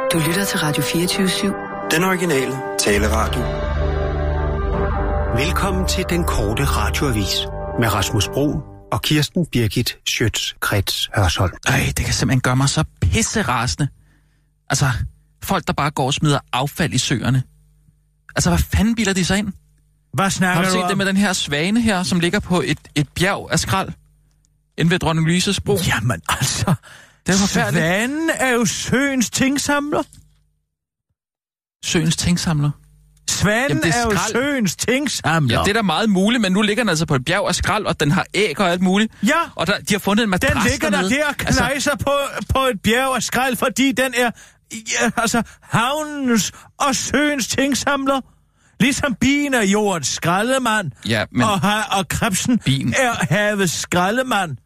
Du lytter til Radio 24/7. Den originale taleradio. Velkommen til den korte radioavis med Rasmus Bro og Kirsten Birgit Schøtz-Krets Hørsholm. Det kan simpelthen gøre mig så pisserasende. Altså, folk der bare går og smider affald i søerne. Altså, hvad fanden bilder de sig ind? Hvad snakker du om? Har du set det med den her svane her, som ligger på et bjerg af skrald? Inden ved Dronning Louises bro? Jamen altså, det er forfærdeligt. Svanen er jo søens tingsamler. Søens tingsamler? Svanen er jo søens tingsamler. Ja, det er da meget muligt, men nu ligger den altså på et bjerg af skrald, og den har æg og alt muligt. Ja. Og de har fundet en madras dernede. Den ligger der og knejser på et bjerg af skrald, fordi den er havnens og søens tingsamler. Ligesom bien er jordens skraldemand, ja, men og krebsen er havets skraldemand.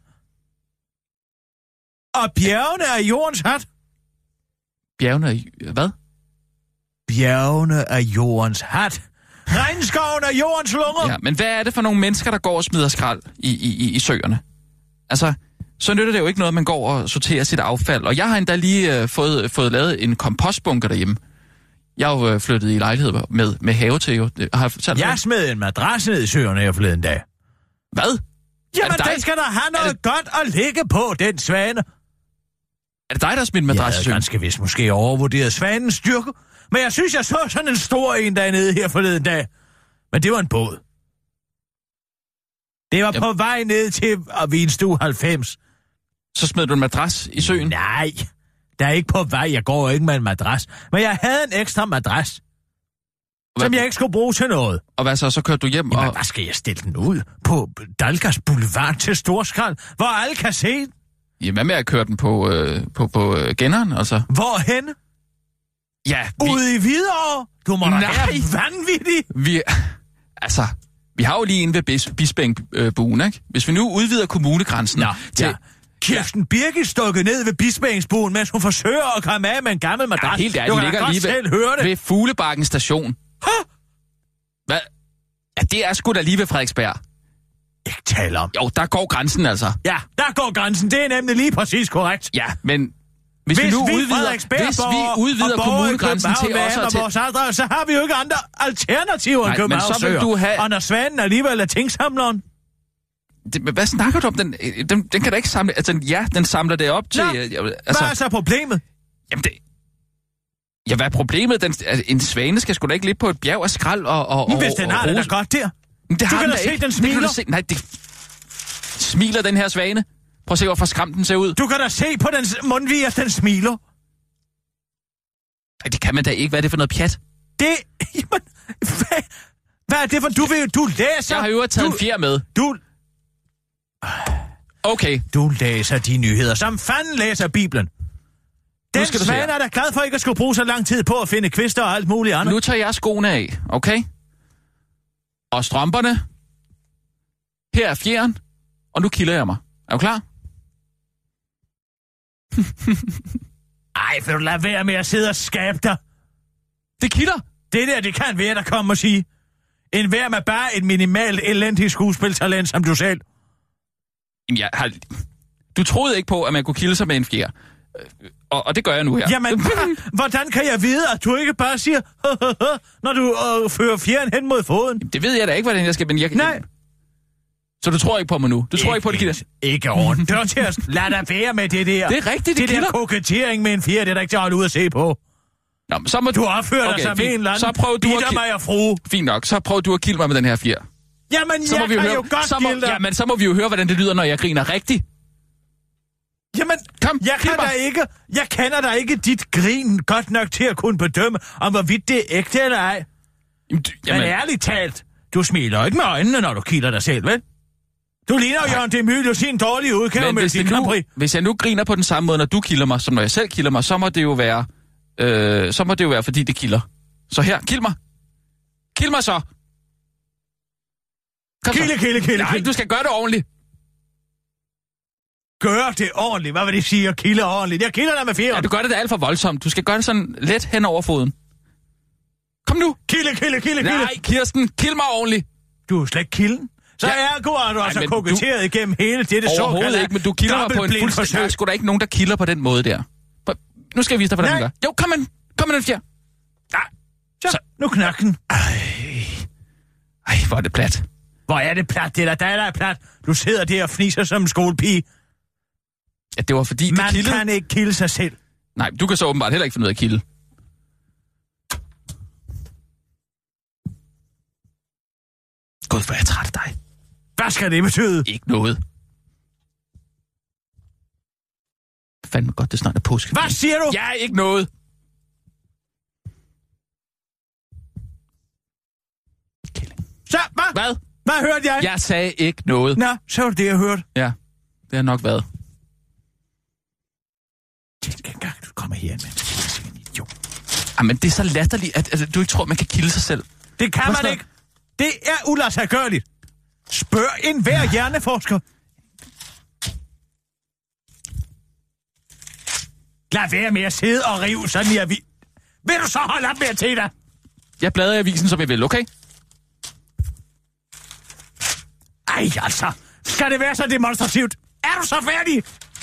Og bjergene er jordens hat. Bjergene er... Hvad? Bjergene er jordens hat. Regnskoven er jordens lunger. Ja, men hvad er det for nogle mennesker, der går og smider skrald i søerne? Altså, så nytter det jo ikke noget, man går og sorterer sit affald. Og jeg har endda lige fået lavet en kompostbunker derhjemme. Jeg har jo flyttet i lejlighed med have til jo. Jeg smed en madras ned i søerne her forleden dag. Hvad? Jamen, den skal der have noget godt at ligge på, den svane. Er det dig, der har smidt en madras i søen? Jeg ganske vist måske overvurderet svanens styrke. Men jeg synes, jeg så sådan en stor en dernede her forleden dag. Men det var en båd. Det var på vej ned til Vinstue 90. Så smed du en madras i søen? Nej, der er ikke på vej. Jeg går ikke med en madras. Men jeg havde en ekstra madras, som jeg ikke skulle bruge til noget. Og hvad så? Så kørte du hjem Jamen, hvad skal jeg stille den ud? På Dalgas Boulevard til Storskrald, hvor alle kan se den? Jamen, hvad med at køre den på genneren, altså? Hvorhenne? Ja, ude i Hvidovre? Du må da være vanvittig. Vi har jo lige inde ved Bispeengbuen, ikke? Hvis vi nu udvider kommunegrænsen til... Ja. Kirsten Birgit stukket ned ved Bispeengbuen, mens hun forsøger at komme af med en gammel madras. Ja, helt ærligt, ligger lige ved Fuglebakken station. Hvad? Ja, det er sgu da lige ved Frederiksberg. Ikke tale om. Jo, der går grænsen altså. Ja, der går grænsen. Det er nemlig lige præcis korrekt. Ja, men... Hvis vi udvider kommunegrænsen til også til... Vores adresse, så har vi jo ikke andre alternativer end København. Og når svanen alligevel er tingsamleren. Hvad snakker du om? Den kan da ikke samle... Altså, ja, den samler det op til... Hvad er så problemet? Jamen, Ja, hvad er problemet? En svane skal sgu da ikke ligge på et bjerg af skrald og hvis den har det da godt der. Du kan da se, den smiler. Nej, det smiler den her svane. Prøv at se, hvorfor skræmt den ser ud. Du kan da se på dens mundvig, at den smiler. Nej, det kan man da ikke. Hvad er det for noget pjat? Jamen, hvad er det for... Du læser... Jeg har jo taget en fjer med. Okay. Du læser de nyheder, som fanden læser Bibelen. Den svane er da glad for ikke at skulle bruge så lang tid på at finde kvister og alt muligt andet. Nu tager jeg skoene af, okay? Og strømperne. Her er fjeren. Og nu kilder jeg mig. Er du klar? Ej, vil du lade være med at sidde og skabe dig? Det kilder. Det kan være, der kommer og sige. En hver med bare et minimalt elendigt skuespiltalent som du selv. Jamen, du troede ikke på, at man kunne kilde sig med en fjer. Og det gør jeg nu her. Jamen, hvordan kan jeg vide, at du ikke bare siger, når du fører fjeren hen mod foden? Jamen, det ved jeg da ikke, hvordan jeg skal, men jeg... Nej. Så du tror ikke på mig nu? Du tror ikke på, det kilder? Ikke ordentligt. Dør til at lade dig være med det der. Det er rigtigt, det kilder. Det der kokettering med en fjer, det er da ikke til at holde ud at se på. Nå, så må du opfører dig som en eller anden. Så prøv du at mig og fru. Fint nok, så prøv du at kilde mig med den her fjer. Jamen, så jeg kan jo godt kilde dig. Jamen, så må vi jo høre, hvordan det lyder, når jeg griner rigtigt. Jamen, kom, jeg kender da ikke dit grin godt nok til at kunne bedømme, om hvorvidt det er ægte eller ej. Men ærligt talt, du smiler ikke med øjnene, når du kilder dig selv, vel? Du ligner jo Jørgen Demyl, du ser en dårlig udgave med din Capri. Hvis jeg nu griner på den samme måde, når du kilder mig, som når jeg selv kilder mig, så må det jo være, fordi det kilder. Så her, kild mig. Kild mig så. Kilde. Nej, du skal gøre det ordentligt. Gør det ordentligt? Hvad vil det sige at kilde ordentligt? Jeg kilder dig med fjeren. Ja, du gør det alt for voldsomt. Du skal gøre det sådan let hen over foden. Kom nu. Kilde. Nej, Kirsten, kild mig ordentligt. Du er slet ikke kilden. Så har du altså koketteret igennem hele dette såkaldte overhovedet ikke, men du kilder mig på en fuldstændig... Der er sgu da ikke nogen, der kilder på den måde der. Nu skal jeg vise dig, hvordan man gør. Jo, kom med den fjer. Så, nu knak den. Ej, hvor er det plat. Hvor er det plat? Det er der er plat. Du sidder der og fniser som en skolepige. Ja, det var fordi, man kan ikke kilde sig selv. Nej, du kan så åbenbart heller ikke finde ud af at kilde. Gud, hvor er jeg træt af dig. Hvad skal det betyde? Ikke noget. Fandme godt, det snart er påske. Hvad siger du? Ja, ikke noget. Killing. Så, hvad? Hvad hørte jeg? Jeg sagde ikke noget. Nå, så var det, jeg hørte. Ja, det har nok været. Tænk engang, du kommer her med en idiot. Jamen, det er så latterligt, at du ikke tror, man kan kilde sig selv. Det kan man ikke. Det er uladsiggørligt. Spørg enhver hjerneforsker. Lad være med at sidde og rive sådan i avis. Vil du så holde op med at tage dig? Jeg bladrer i avisen, som jeg vil, okay? Ej, altså. Skal det være så demonstrativt? Er du så færdig?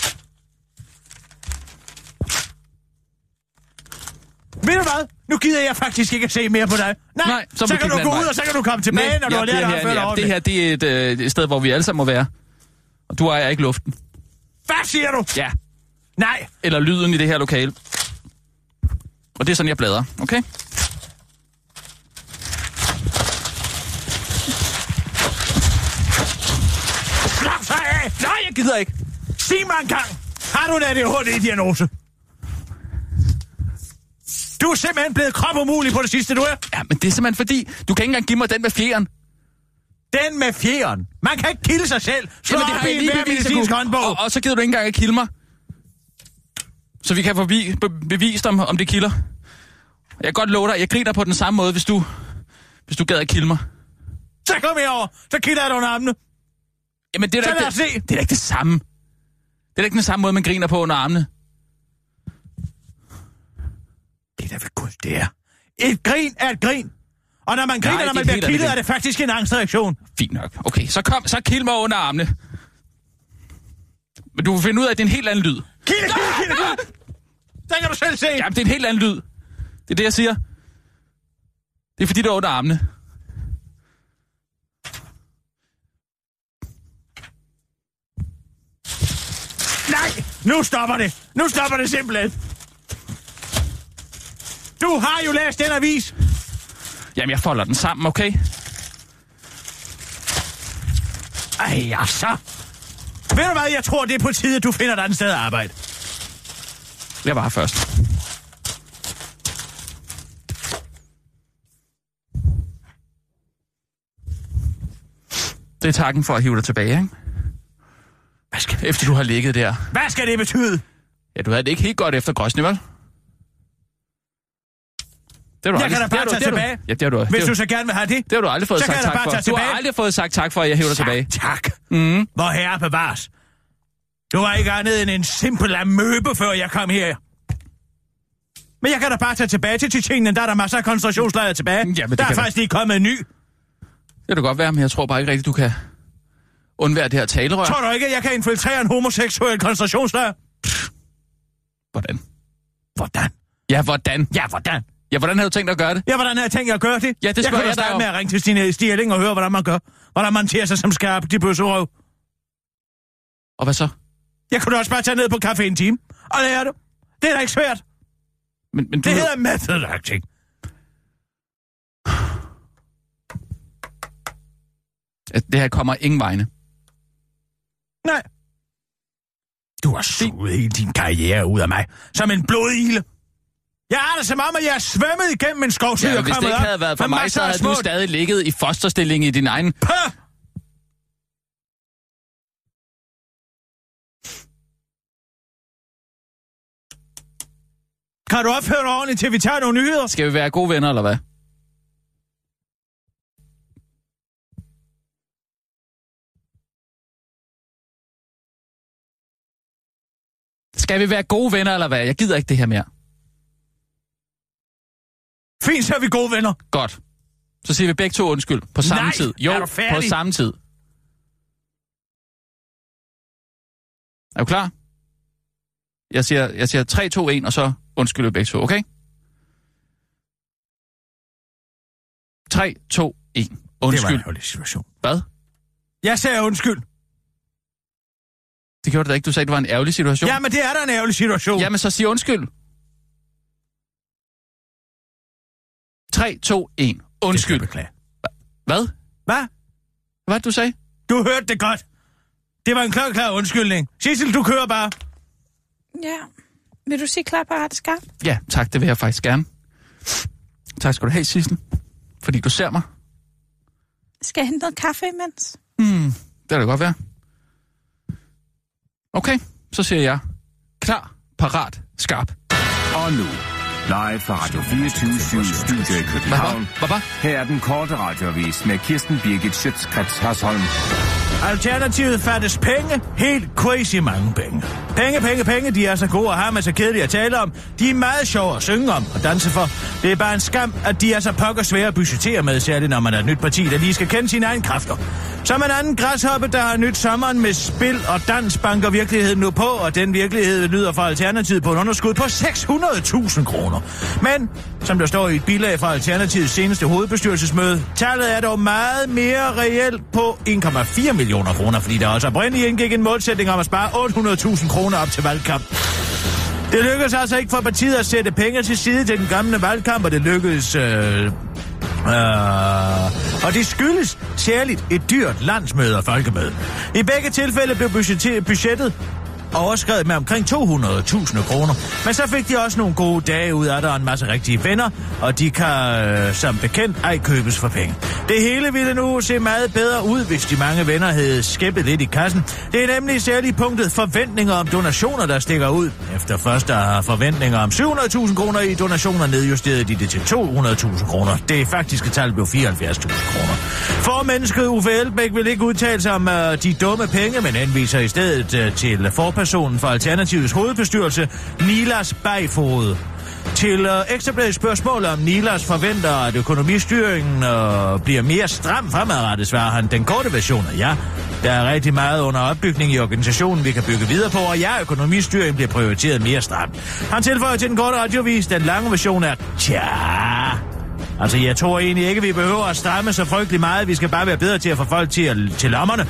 Ved du hvad? Nu gider jeg faktisk ikke at se mere på dig. Nej, så kan du gå ud, og så kan du komme tilbage, når du har lært at føre over. Det her, det er et sted, hvor vi alle sammen må være. Og du ejer ikke luften. Hvad siger du? Ja. Nej. Eller lyden i det her lokale. Og det er sådan, jeg bladrer, okay? Slap sig af! Nej, jeg gider ikke. Sig mig en gang. Har du en ADHD-diagnose? Du er simpelthen blevet kropumulig på det sidste, du er. Ja, men det er simpelthen fordi, du kan ikke engang give mig den med fjeren. Den med fjeren? Man kan ikke kilde sig selv. Slå op i en hver medicinsk håndbog. Og så gider du ikke engang at kilde mig. Så vi kan få bevist, om det kilder. Jeg kan godt love dig, jeg griner på den samme måde, hvis du gad at kilde mig. Så kom herover, så kilder jeg dig under armene. Jamen, det er da ikke det samme. Det er da ikke den samme måde, man griner på under armene. Det er da ved Gud, det er. Et grin er et grin. Og når man griner, når man bliver kildet, er det faktisk en angstreaktion. Fint nok. Okay, så kild mig under armene. Men du vil finde ud af, at det er en helt anden lyd. Kilde! Den kan du selv se. Jamen, det er en helt anden lyd. Det er det, jeg siger. Det er fordi, du er under armene. Nej, nu stopper det. Nu stopper det simpelthen. Du har jo læst den avis. Jamen, jeg folder den sammen, okay? Ej, altså. Ved du hvad, jeg tror, det er på tide, at du finder et andet sted at arbejde. Jeg var her først. Det er takken for at hive dig tilbage, ikke? Efter du har ligget der. Hvad skal det betyde? Ja, du havde det ikke helt godt efter Grosny, vel? Jeg kan da bare tage tilbage. Ja, det har du. Hvis du så gerne vil have det. Det har du aldrig fået sagt tak for. Du har aldrig fået sagt tak for, at jeg hæver dig tilbage. Tak. Hvor herre bevares. Du var ikke andet end en simpel amøbe, før jeg kom her. Men jeg kan da bare tage tilbage til Tjetjenien. Der er der masser af koncentrationslejre tilbage. Ja, der er faktisk lige kommet en ny. Det kan godt være, men jeg tror bare ikke rigtigt, du kan undvære det her talerør. Tror du ikke, at jeg kan infiltrere en homoseksuel koncentrationslejr? Hvordan? Hvordan? Ja, hvordan? Ja, hvordan? Ja, hvordan har du tænkt at gøre det? Ja, hvordan har jeg tænkt at gøre det? Ja, det skal jeg starte med at ringe til Stine Stirling og høre, hvordan man gør. Hvordan man tager sig som skarp, de bøsserøv. Og hvad så? Jeg kunne da også bare tage ned på café en time og lære det. Det er da ikke svært. Men det hedder method acting. Det her kommer ingen vegne. Nej. Du har suget hele din karriere ud af mig. Som en blodigile. Jeg har det som om, at jeg er svømmet igennem en skovsø og kommet op. Hvis det ikke havde været for mig, så havde du stadig ligget i fosterstilling i din egen... Kan du opføre dig ordentligt, til vi tager nogle nyheder? Skal vi være gode venner, eller hvad? Skal vi være gode venner, eller hvad? Jeg gider ikke det her mere. Fint, så er vi gode venner. Godt. Så siger vi begge to undskyld. På samme tid. Jo, er du færdig? På samme tid. Er du klar? Jeg siger 3, 2, 1, og så undskyld begge to, okay? 3, 2, 1. Undskyld. Det var en ærgerlig situation. Hvad? Jeg sagde undskyld. Det gjorde du da ikke. Du sagde, det var en ærgerlig situation. Jamen, det er da en ærgerlig situation. Jamen, så sig undskyld. 3, 2, 1. Undskyld. Det skal jeg Hvad? Hvad? Hvad du sagde? Du hørte det godt. Det var en klar undskyldning. Sissel, du kører bare. Ja. Vil du sige klar, parat, skarp? Ja, tak. Det vil jeg faktisk gerne. Tak skal du have, Sissel. Fordi du ser mig. Skal jeg hente noget kaffe imens? Det kan det godt være. Okay, så siger jeg klar, parat, skarp. Og nu, live fra Radio 24 Studio i København. Hvad? Her er den korte radioavis med Kirsten Birgit Schøtz-Krets Hørsholm. Alternativet fattes penge. Helt crazy mange penge. Penge, de er så gode at have, men så kedelige at tale om. De er meget sjove at synge om og danse for. Det er bare en skam, at de er så pokker svære at budgettere med, særligt når man er et nyt parti, der lige skal kende sine egne kræfter. Som en anden græshoppe, der har nyt sommeren med spil og dans, banker virkeligheden nu på, og den virkelighed lyder fra Alternativet på et underskud på 600.000 kroner. Men, som der står i et bilag fra Alternativets seneste hovedbestyrelsesmøde, tallet er dog meget mere reelt på 1,4 millioner kroner, fordi der også oprindeligt indgik en målsætning om at spare 800.000 kroner op til valgkamp. Det lykkedes altså ikke for partiet at sætte penge til side til den gamle valgkamp, og det lykkedes... og det skyldes særligt et dyrt landsmøde og folkemøde. I begge tilfælde blev budgettet overskredet med omkring 200.000 kroner. Men så fik de også nogle gode dage ud af der og en masse rigtige venner, og de kan som bekendt ej købes for penge. Det hele ville nu se meget bedre ud, hvis de mange venner havde skæppet lidt i kassen. Det er nemlig særligt punktet forventninger om donationer, der stikker ud. Efter først der har forventninger om 700.000 kroner i donationer, nedjusterede de det til 200.000 kroner. Det faktiske tal blev 74.000 kroner. Formennesket Uffe Elbæk vil ikke udtale sig om de dumme penge, men henviser i stedet til forpersonen for Alternativets hovedbestyrelse, Nilas Bejfod. Til Ekstrabladets spørgsmål om Nilas forventer, at økonomistyringen bliver mere stram fremadrettet, svarer han. Den korte version er ja. Der er rigtig meget under opbygning i organisationen, vi kan bygge videre på, og ja, økonomistyringen bliver prioriteret mere stramt. Han tilføjer til den korte radiovis, den lange version er tja. Altså, jeg tror egentlig ikke, vi behøver at stramme så frygtelig meget. Vi skal bare være bedre til at få folk til lommerne.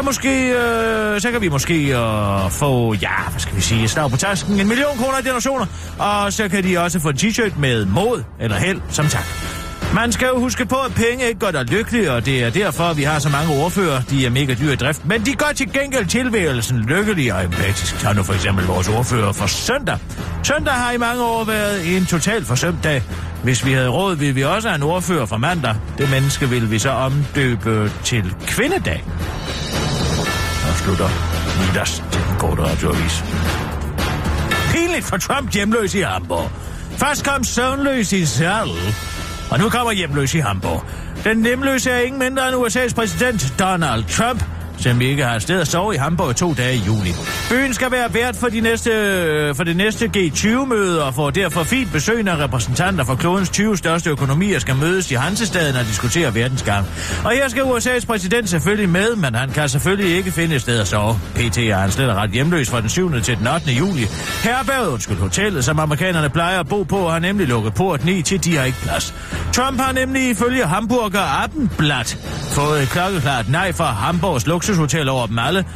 Så kan vi måske få, hvad skal vi sige, slag på tasken, 1 million kroner i donationer. Og så kan de også få en t-shirt med mod eller held som tak. Man skal jo huske på, at penge ikke gør dig lykkelig, og det er derfor, vi har så mange ordfører. De er mega dyre i drift, men de gør til gengæld tilværelsen lykkelig og empatisk. Tag nu for eksempel vores ordfører for søndag. Søndag har i mange år været en totalt forsømt dag. Hvis vi havde råd, ville vi også have en ordfører fra mandag. Det menneske vil vi så omdøbe til kvindedag. Og slutter Nidas til den korte radioavis. Pinligt for Trump hjemløs i Hamburg. Først kom søvnløs i Seattle, og nu kommer hjemløs i Hamburg. Den hjemløse er ingen mindre end USA's præsident Donald Trump, som ikke har sted at sove i Hamburg 2 dage i juli. Byen skal være vært for det næste G20-møde og får derfor fint besøg af repræsentanter for klodens 20 største økonomier skal mødes i Hansestaden og diskutere verdensgang. Og her skal USA's præsident selvfølgelig med, men han kan selvfølgelig ikke finde et sted at sove. PT er han slet og ret hjemløs fra den 7. til den 8. juli. Herberget, hotellet, som amerikanerne plejer at bo på, har nemlig lukket porten i, til de har ikke plads. Trump har nemlig ifølge Hamburger Abendblatt fået et klokkeklart nej fra Hamburgs luksushotel over dem alle.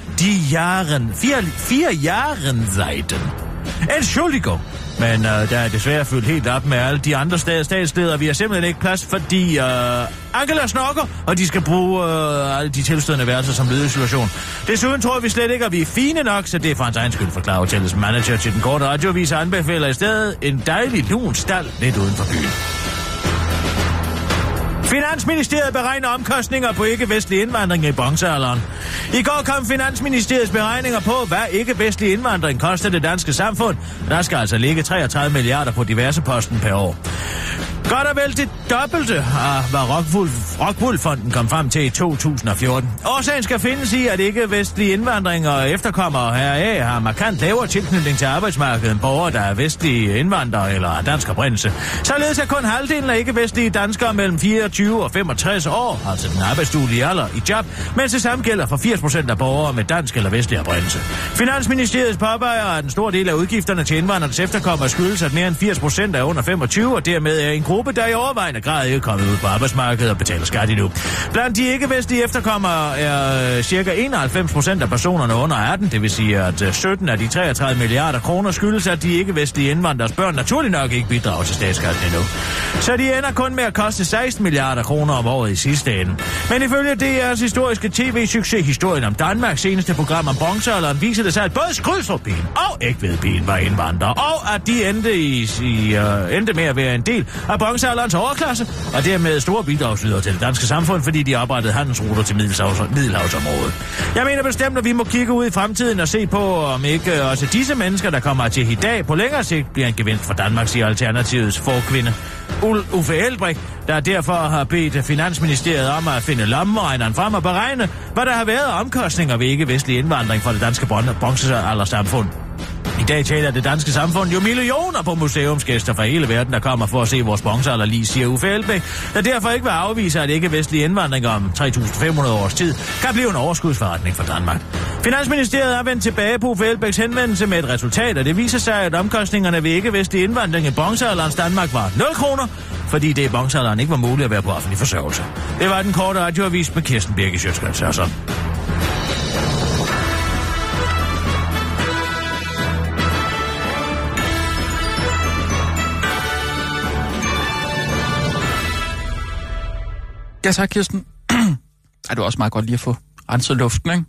Vier Jahren seiten. Entschuldigung. Men der er desværre fyldt helt op med alle de andre statsledere. Vi har simpelthen ikke plads, fordi Angela snokker, og de skal bruge alle de tilstødende værelser som ledesituation. Desuden tror vi slet ikke, at vi er fine nok, så det er for hans egen skyld, forklarer hotellets manager til den korte radioavis, anbefaler i stedet en dejlig lun stald lidt uden for byen. Finansministeriet beregner omkostninger på ikke-vestlig indvandring i bronzealderen. I går kom Finansministeriets beregninger på, hvad ikke-vestlig indvandring koster det danske samfund. Der skal altså ligge 33 milliarder på diverse posten per år. Godt og vel det dobbelte af, hvad Rockwool-fonden kom frem til i 2014. Årsagen skal findes i, at ikke-vestlige indvandring og efterkommere heraf har markant lavere tilknytning til arbejdsmarkedet end borgere, der er vestlige indvandrere eller af dansk oprindelse. Således er kun halvdelen af ikke-vestlige danskere mellem 24 og 65 år, altså den arbejdsduelige alder, i job, mens det samme gælder for 80% af borgere med dansk eller vestlig oprindelse. Finansministeriet påpeger, at en stor del af udgifterne til indvandrernes efterkommere skyldes, at mere end 80% er under 25, og dermed er en gruppe, der i overvejende grad ikke er kommet ud på arbejdsmarkedet og betaler skat endnu. Blandt de ikke-vestlige efterkommere er ca. 91% af personerne under 18, det vil sige, at 17 af de 33 milliarder kroner skyldes, at de ikke-vestlige indvandrers børn naturligt nok ikke bidrager til statskassen endnu. Så de ender kun med at koste 16 milliarder kroner om året i sidste ende. Men ifølge DR's historiske tv-succes Historien om Danmarks seneste program om bronzealderen viser det sig, at både Skrydstrup-pigen og Egtvedpigen var indvandrere, og at de endte med at være en del af bronzealderens overklasse, og dermed store bidragsydere til det danske samfund, fordi de oprettede handelsruter til Middelhavsområdet. Jeg mener bestemt, at vi må kigge ud i fremtiden og se på, om ikke også disse mennesker, der kommer til i dag, på længere sigt bliver en gevinst for Danmark, siger Alternativets forkvinde Uffe Elbæk, der derfor har bedt Finansministeriet om at finde lommeregneren frem og beregne, hvad der har været omkostninger ved ikke-vestlig indvandring fra det danske bronzealdersamfund. I dag taler det danske samfund jo millioner på museumsgæster fra hele verden, der kommer for at se vores bronzealder lige, siger Uffe Elbæk, der derfor ikke vil afvise, at ikke-vestlig indvandring om 3.500 års tid kan blive en overskudsforretning for Danmark. Finansministeriet har vendt tilbage på Uffe Elbæks henvendelse med et resultat, og det viser sig, at omkostningerne ved ikke-vestlig indvandring i bronzealderens Danmark var 0 kroner, fordi det i bronzealderen ikke var muligt at være på offentlig forsørgelse. Det var den korte radioavis med Kirsten Birgit Schøtz-Krets Hørsholm. Ja, tak, Kirsten. Er du også meget godt lige at få renset luften, ikke?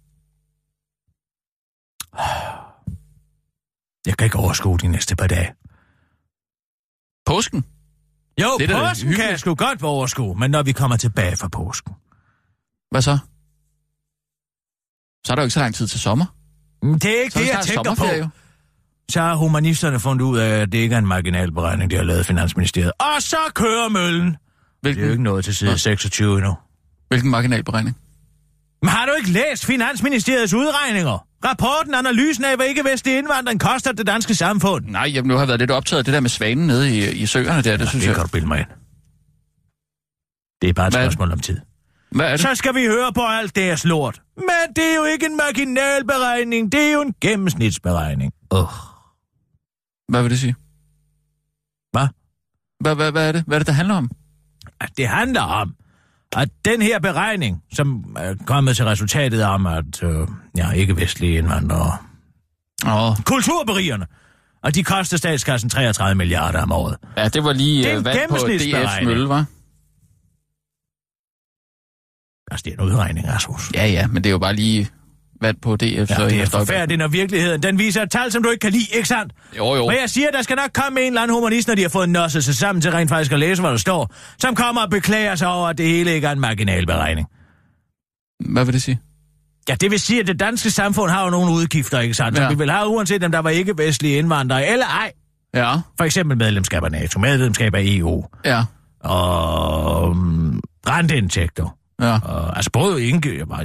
Jeg kan ikke overskue de næste par dage. Påsken? Jo, det påsken kan jeg sgu godt overskue, men når vi kommer tilbage fra påsken. Hvad så? Så er der jo ikke så lang tid til sommer. Det er ikke det, jeg tænker på. Så har humanisterne fundet ud af, at det ikke er en marginalberegning, de har lavet Finansministeriet. Og så kører møllen. Det er jo ikke noget til side 26 endnu. Hvilken marginalberegning? Men har du ikke læst Finansministeriets udregninger? Rapporten, analysen af, hvad ikke-vestlig indvandring koster det danske samfund. Nej, jeg nu har været lidt optaget af det der med svanen nede i søerne der, det synes jeg. Det kan du bilde mig ind. Det er bare et spørgsmål om tid. Hvad er det? Så skal vi høre på alt deres lort. Men det er jo ikke en marginalberegning, det er jo en gennemsnitsberegning. Hvad vil det sige? Hvad? Hvad er det? Hvad er det, der handler om? Det handler om, at den her beregning, som er kommet til resultatet om, at ikke-vestlige indvandrere, kulturberigerne, og de koster statskassen 33 milliarder om året. Ja, det var lige vand på DF's mølle, hva'? Altså, det er en udregning, Rasmus. Ja, men det er jo bare lige vand på DF. Ja, så det er forfærdeligt, når virkeligheden, den viser et tal, som du ikke kan lide, ikke sandt? Jo. Men jeg siger, der skal nok komme en eller anden humanist, når de har fået nosset sig sammen til rent faktisk at læse, hvad der står, som kommer og beklager sig over, at det hele ikke er en marginalberegning. Hvad vil det sige? Ja, det vil sige, at det danske samfund har jo nogle udgifter, ikke sandt? Som vi vil have, uanset om der var ikke-vestlige indvandrere eller ej. Ja. For eksempel medlemskab af NATO, medlemskab af EU. Ja. Og renteindtægter. Ja. Altså både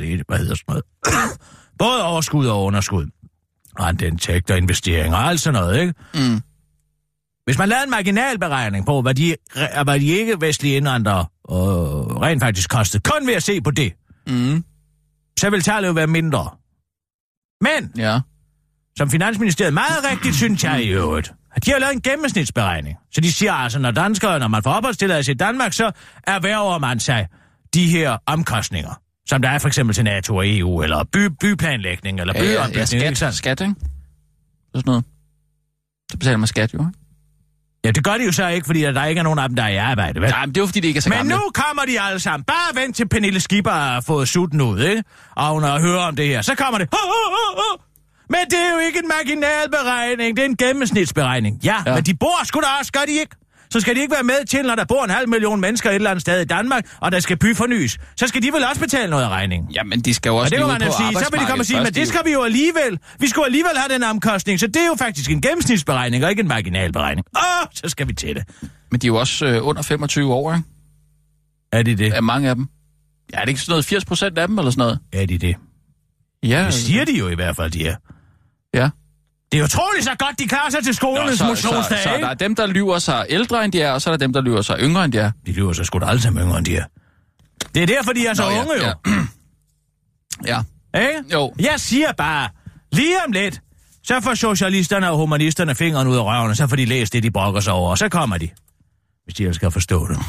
både overskud og underskud. Renteindtægter, investeringer og alt sådan noget, ikke? Mm. Hvis man lavede en marginalberegning på, hvad de ikke-vestlige indvandrere rent faktisk kostede, kun ved at se på det, så vil tallet jo være mindre. Men, som Finansministeriet meget rigtigt synes jeg i øvrigt, at de har lavet en gennemsnitsberegning. Så de siger altså, når man får opholdstilladelse i Danmark, så erhverver man sig de her omkostninger, som der er for eksempel til NATO og EU, eller byplanlægning, eller byombygning. Ja, skat, ikke? Sådan noget. Så betaler man skat, jo, ikke? Ja, det gør de jo så ikke, fordi der ikke er nogen af dem, der er i arbejde, vel? Nej, men det er jo, fordi det ikke er så gamle. Men nu kommer de alle sammen. Bare vent til Pernille Skipper har fået sutten ud, ikke? Og hun har hørt om det her. Så kommer det. Men det er jo ikke en marginalberegning, det er en gennemsnitsberegning. Ja, men de bor sgu da også, gør de ikke? Så skal de ikke være med til, når der bor 500.000 mennesker et eller andet sted i Danmark, og der skal byfornyes. Så skal de vel også betale noget af regningen. Jamen, de skal jo også leve på arbejdsmarkedet. Så vil de komme og sige, men det skal vi jo alligevel. Vi skulle alligevel have den omkostning, så det er jo faktisk en gennemsnitsberegning, og ikke en marginalberegning. Så skal vi til det. Men de er jo også under 25 år, ikke? Er de det? Er mange af dem? Ja, er det ikke sådan noget 80% af dem, eller sådan noget? Er de det? Ja. Det siger de jo i hvert fald, de er. Ja. Det er jo troligt så godt, de klarer sig til skolens motionsdag, så der er dem, der lyver sig ældre end de er, og så er der dem, der lyver sig yngre end de er. De lyver sig sgu da alle sammen yngre end de er. Det er derfor, de er så unge jo. Ja. Ja. Ikke? Jo. Jeg siger bare, lige om lidt, så får socialisterne og humanisterne fingeren ud af røven, og så får de læst det, de brokker sig over, og så kommer de. Hvis de ellers skal forstå det.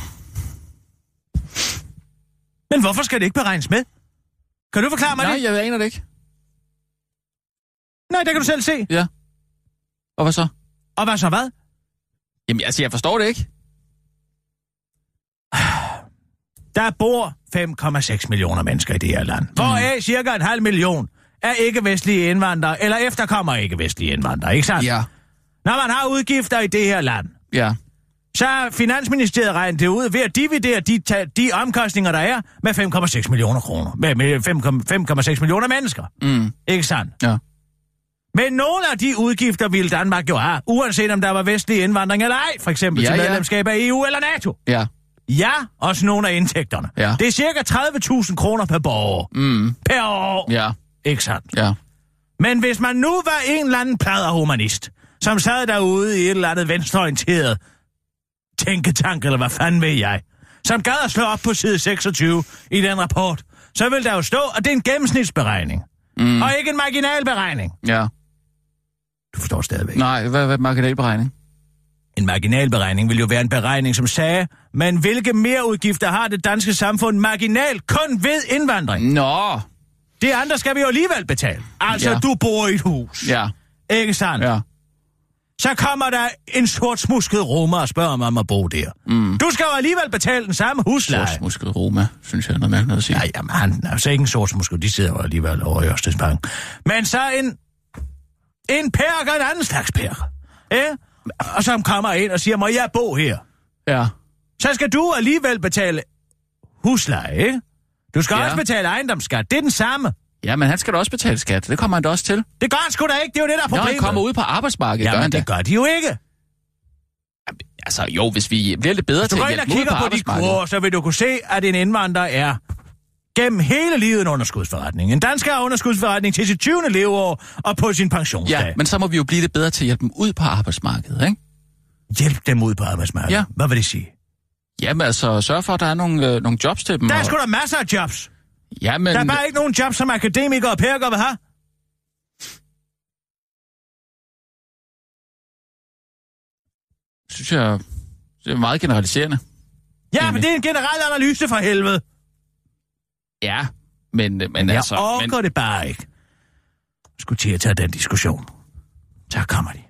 Men hvorfor skal det ikke beregnes med? Kan du forklare mig det? Nej, jeg aner det ikke. Nej, det kan du selv se. Ja. Og hvad så? Og hvad så hvad? Jamen, altså, jeg forstår det ikke. Der bor 5,6 millioner mennesker i det her land. Hvoraf cirka 0,5 million er ikke-vestlige indvandrere, eller efterkommer ikke-vestlige indvandrere, ikke sandt? Ja. Når man har udgifter i det her land, Ja. så har Finansministeriet regnet det ud ved at dividere de omkostninger, der er, med 5,6 millioner kroner. Med 5,6 millioner mennesker. Ikke sandt? Ja. Men nogle af de udgifter ville Danmark jo have, uanset om der var vestlig indvandring eller ej, for eksempel til medlemskab af EU eller NATO. Ja. Ja, også nogle af indtægterne. Ja. Det er cirka 30.000 kroner per borger. Per år. Ja. Ikke sandt? Ja. Men hvis man nu var en eller anden pladerhumanist, som sad derude i et eller andet venstreorienteret tænketank, eller hvad fanden ved jeg, som gad at slå op på side 26 i den rapport, så vil der jo stå, at det er en gennemsnitsberegning. Og ikke en marginalberegning. Ja. Du forstår stadigvæk. Nej, hvad er marginalberegning? En marginalberegning vil jo være en beregning, som sagde, men hvilke merudgifter har det danske samfund marginalt kun ved indvandring? Nå. Det andre skal vi jo alligevel betale. Altså, du bor i et hus. Ja. Ikke sandt? Ja. Så kommer der en sortsmusket romer og spørger mig om at bo der. Du skal jo alligevel betale den samme husleje. Sortsmusket roma, synes jeg er noget mærkeligt at sige. Ja, jamen, han er altså ikke en sortsmusket. De sidder jo alligevel over i Ørstedsbanken. Men så en perker, en anden slags perker. Og som kommer ind og siger, må jeg bo her? Ja. Så skal du alligevel betale husleje, ikke? Du skal også betale ejendomsskat. Det er den samme. Ja, men han skal da også betale skat. Det kommer han da også til. Det gør han sgu da ikke. Det er jo det, der er problemet. Når han kommer ud på arbejdsmarkedet, gør han det. Gør de jo ikke. Altså jo, hvis vi bliver lidt bedre til at hjælpe ud på arbejdsmarkedet. Hvis du går ind og kigger på de kurver, så vil du kunne se, at en indvandrer er gennem hele livet en underskudsforretning. En dansker har underskudsforretning til sit 20. leveår og på sin pensionsdag. Ja, men så må vi jo blive lidt bedre til at hjælpe dem ud på arbejdsmarkedet, ikke? Hjælp dem ud på arbejdsmarkedet? Ja. Hvad vil det sige? Jamen altså, sørg for, at der er nogle jobs til dem. Der er sgu da masser af jobs. Ja, men... Der er bare ikke nogen jobs, som akademikere og perker vil have. Synes jeg, det er meget generaliserende. Ja, men det er en generel analyse for helvede. Ja, men jeg altså... Jeg orker det bare ikke. Skulle til at tage den diskussion. Så kommer de.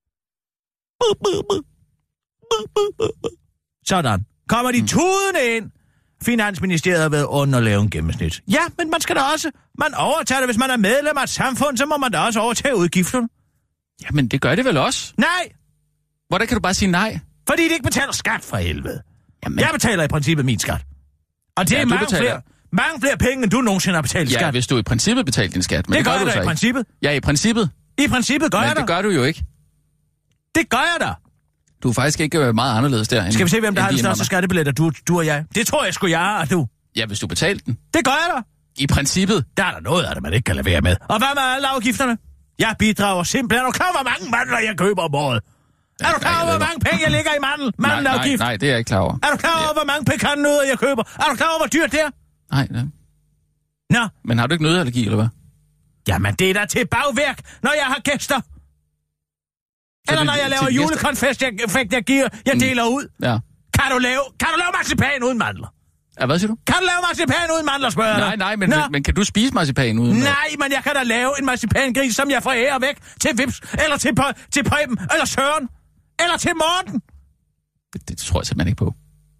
Sådan. Kommer de tudende ind. Finansministeriet har været under at lave en gennemsnit. Ja, men man skal da også... Man overtager det, hvis man er medlem af et samfund, så må man da også overtage udgifterne. Jamen, det gør det vel også? Nej! Hvordan kan du bare sige nej? Fordi de ikke betaler skat for helvede. Jamen... Jeg betaler i princippet min skat. Og det er mange flere penge, end du nogensinde har betalt i skat. Ja, hvis du i princippet betaler din skat. Men det gør jeg du da i princippet. Ja, i princippet. I princippet gør jeg da. Men det gør du jo ikke. Det gør jeg da. Du er faktisk ikke meget anderledes der. Skal vi se, hvem der har den største skattebilletter, du og jeg? Det tror jeg sgu, jeg har, du. Ja, hvis du betaler den. Det gør jeg da. I princippet. Der er der noget af det, man ikke kan lade være med. Og hvad med alle afgifterne? Jeg bidrager simpelthen. Er du klar over, hvor mange mandler jeg køber om året? Er du klar over, hvor mange penge jeg lægger i mandelafgift? Nej, det er jeg ikke klar over. Er du klar over, hvor mange pekannødder jeg køber? Er du klar over, hvor dyrt det er? Nej. Nå. Men har du ikke nøddeallergi, eller hvad? Jamen, det er da til bagværk, når jeg har gæster. Eller når jeg laver julekonfest, jeg deler ud. Ja. Kan du lave marcipan uden mandler? Ja, hvad siger du? Kan du lave marcipan uden mandler, spørger jeg? Nej, men kan du spise marcipan uden? Nej, men jeg kan da lave en marcipangris, som jeg forærer væk til Vips, eller til Preben, eller Søren, eller til Morten. Det tror jeg simpelthen ikke på.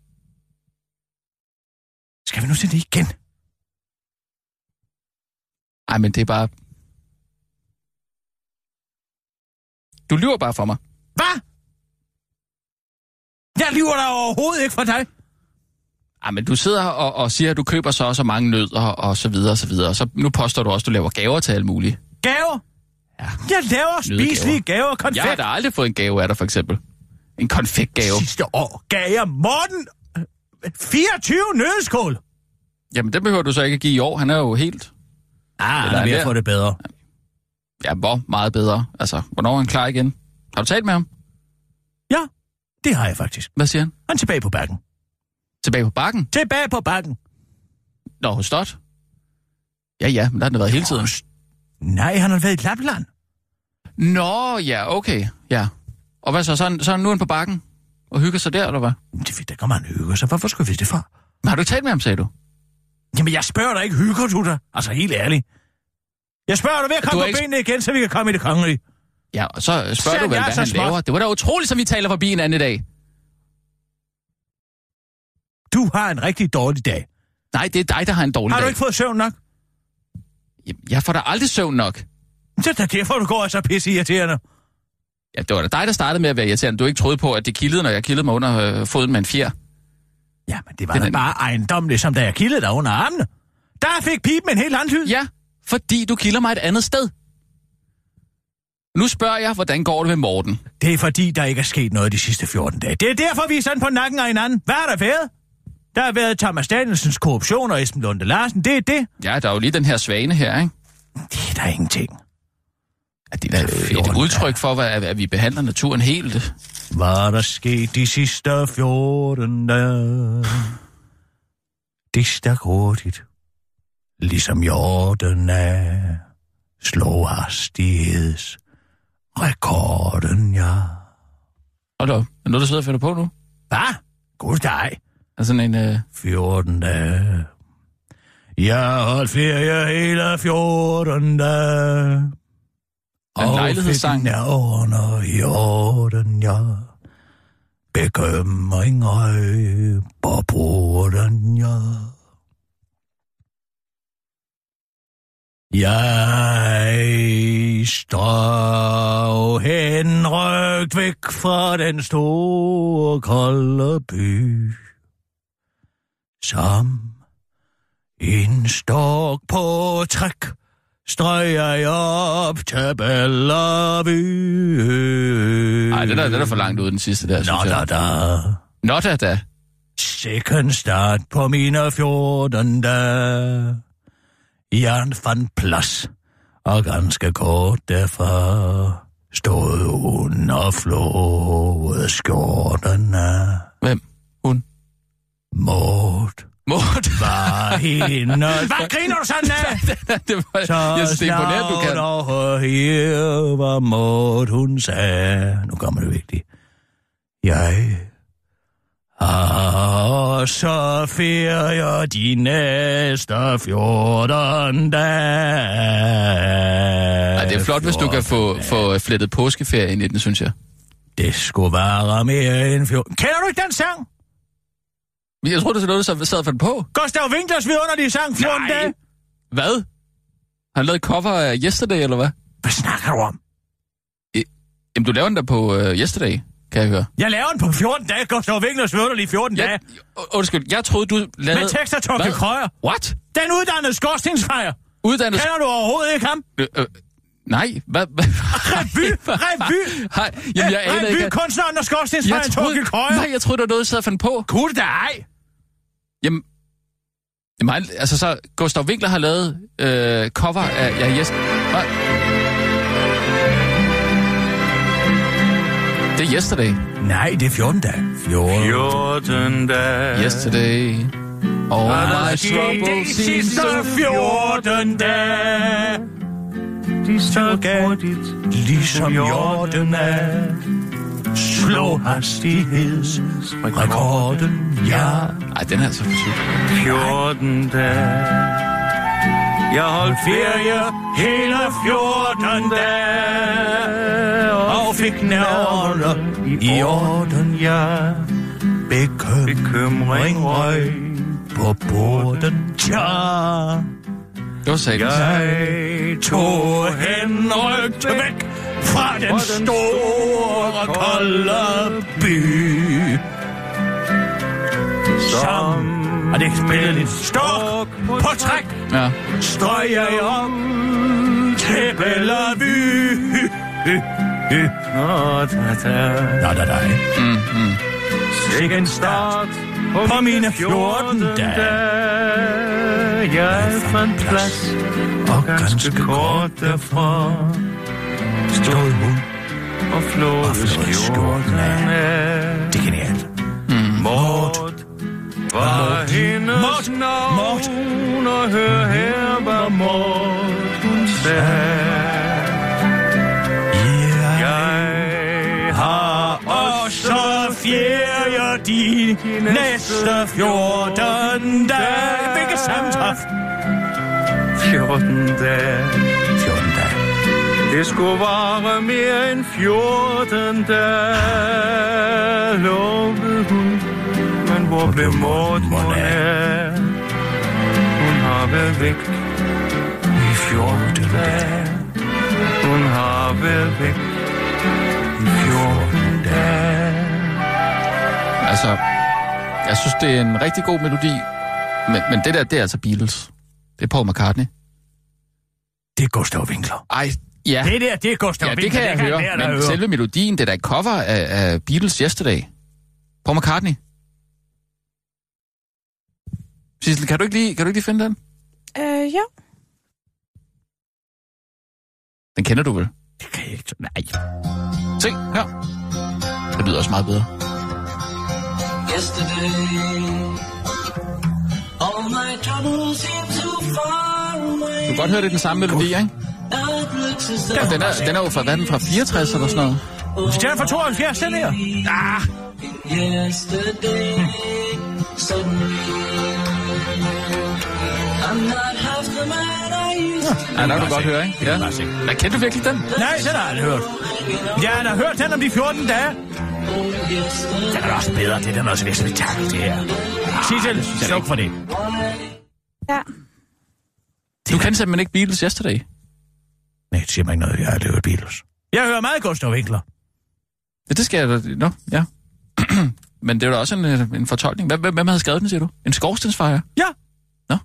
Skal vi nu se det igen? Nej, men det er bare... Du lyver bare for mig. Hvad? Jeg lyver da overhovedet ikke for dig. Ja, men du sidder og siger, at du køber så mange nødder og så videre og så videre. Og så nu påstår du også, at du laver gaver til alt muligt. Gaver? Ja. Jeg laver spiselige gaver, konfekt. Jeg har da aldrig fået en gave af dig, for eksempel. En konfektgave. Sidste år gav jeg Morten 24 nødskål. Jamen, det behøver du så ikke at give i år. Han er jo helt... Han er ved at få det bedre. Ja, hvor meget bedre? Altså, hvornår er han klar igen? Har du talt med ham? Ja, det har jeg faktisk. Hvad siger han? Han er tilbage på bakken. Tilbage på bakken? Tilbage på bakken. Nå, hos Stott? Ja, men der har den været hele tiden. Nej, han har været i Lapland. Nå, ja, okay, ja. Og hvad så? Så er han nu på bakken og hygger sig der, eller hvad? Der kommer han hygger sig. Hvorfor skulle vi det for? Men har du ikke talt med ham, sagde du? Jamen, jeg spørger dig ikke, hygger du dig? Altså, helt ærligt. Jeg spørger dig ved at komme på benene igen, så vi kan komme i det kongelige. Ja, og så spørger du vel, hvad han laver. Det var da utroligt, som vi taler forbi en anden dag. Du har en rigtig dårlig dag. Nej, det er dig, der har en dårlig dag. Har du ikke fået søvn nok? Jeg får da aldrig søvn nok. Så det er derfor, du går så pisse irriterende. Ja, det var da dig, der startede med at være irriterende. Du ikke troede på, at det kildede, når jeg kildede mig under foden med en fjer. Ja, men det var da bare ejendomligt, som da jeg kildede dig under armene. Der fik pipen en helt anden lyd. Ja, fordi du kilder mig et andet sted. Nu spørger jeg, hvordan går det med Morten? Det er fordi, der ikke er sket noget de sidste 14 dage. Det er derfor, vi er sådan på nakken af hinanden. Hvad har der været? Der har været Thomas Danielsens korruption og Esben Lunde Larsen. Det er det. Ja, der er jo lige den her svane her, ikke? Det er der ingenting. Ja, det er et udtryk for, at vi behandler naturen helt. Hvad er der sket de sidste 14 dage? Det stak hurtigt. Ligesom jorden er. Slå hastighedsrekorden, ja. Hold da, er noget, du sidder og finder på nu? Hvad? God dig. Er sådan en... 14 dage. Jeg har holdt ferie hele 14 dage. En lejlighedssang. Og under jorden, ja. Bekymring på borden, ja. Jeg står henrygt væk fra den store, kolde by. Som en stok på træk strøger jeg op til Bellevue. Ej, det er for langt ud den sidste der, synes jeg. Nå da. Second start på mine 14 dage. Jeg fandt plads, og ganske kort derfor stod hun og flåede skjorterne. Hvem? Hun? Maud var hende. Hvad griner du sådan af? Jeg synes, det er imponerende, du kan. Og her var Maud, hun sagde. Nu kommer det vigtigt. Jeg har så ferie de næste 14 dage. Ej, det er flot, hvis du kan få flettet påskeferie ind i den, synes jeg. Det skulle være mere end 14. Kender du ikke den sang? Jeg tror, det er noget, du sad for den på. Gustav Winklers vidunderlige sang 14 dage. Hvad? Har han lavet cover af Yesterday, eller hvad? Hvad snakker du om? Jamen, du laver den der på Yesterday, kan jeg høre. Jeg laver den på 14 dage, Gustav Winklers vidunderlige 14 dage. Undskyld, jeg troede, du lavede... Med tekster Torkel Krøyer. What? Den uddannede skorstensfejer. Kender du overhovedet ikke ham? Nej, hvad? Revy! Hej, jamen jeg aner ikke... Revykunstneren og skorstensfejer Torkel Krøyer. Nej, jeg troede, der var noget, du sad og fandt på. Kunne det da ej? Jamen, altså så Gustav Winkler har lavet cover af... Ja, yes. Det er Yesterday. Nej, det er 14 dage. 14 dage. Yesterday. Og my trouble sidste 14 dage. De står hurtigt, ligesom jorden er. Slå hastighedsrekorden, ja. Ej, den er altså for syg. 14 dage. Jeg holdt ferie hele 14 dage. Og fik nerverne i orden, ja. Bekymring røg på borden, ja. Det var sagligt. Jeg tog henrygt væk fra den store, kolde by. Som og det spiller lidt stok på træk. Ja. Strøg jeg op til Bellevue. Da. Sikke en start på mine 14 dage. Jeg fandt plads, og ganske kort derfra stod hun og flåede skjorterne. Det er genialt. Maud var hendes navn, og hør her var Maud. ferie de næste 14 dage. Hvilket sammentræf? 14 dage. 14 dage. Det skulle vare mere end 14 dage, lovede hun. Men hvor blev Maud mon af? Hun har været væk i 14 dage. Hun har været væk i 14 dage. Altså, jeg synes, det er en rigtig god melodi. Men det der, det er altså Beatles. Det er Paul McCartney. Det er Gustav Winkler. Ej, ja. Det er Gustav Winkler. Ja, det kan jeg høre. Men selve melodien, det er da et cover af Beatles Yesterday. Paul McCartney. Sissel, kan du ikke lige finde den? Ja. Den kender du vel? Det kan jeg ikke. Nej. Se, her. Det lyder også meget bedre. Du kan godt høre, det er den samme melodi, ikke? Ja, den er jo fra, hvad er den, fra 64 eller sådan noget? Det er fra 72, den her. Ja, der kan du godt høre, ikke? Ja. Men kender du virkelig den? Nej, den har jeg aldrig hørt. Jeg har hørt den om de 14 dage. Den er også bedre, det er den også ved spektakel, det her. Sissel, sluk for det. Ja. Du kan simpelthen ikke Beatles Yesterday. Nej, det siger mig ikke noget, jeg har hørt Beatles. Jeg hører meget Gustav Winkler. Ja, det skal jeg da. Nå, ja. Men det er jo da også en fortolkning. Hvem havde skrevet den, siger du? En skorstensfejer? Ja. Nå.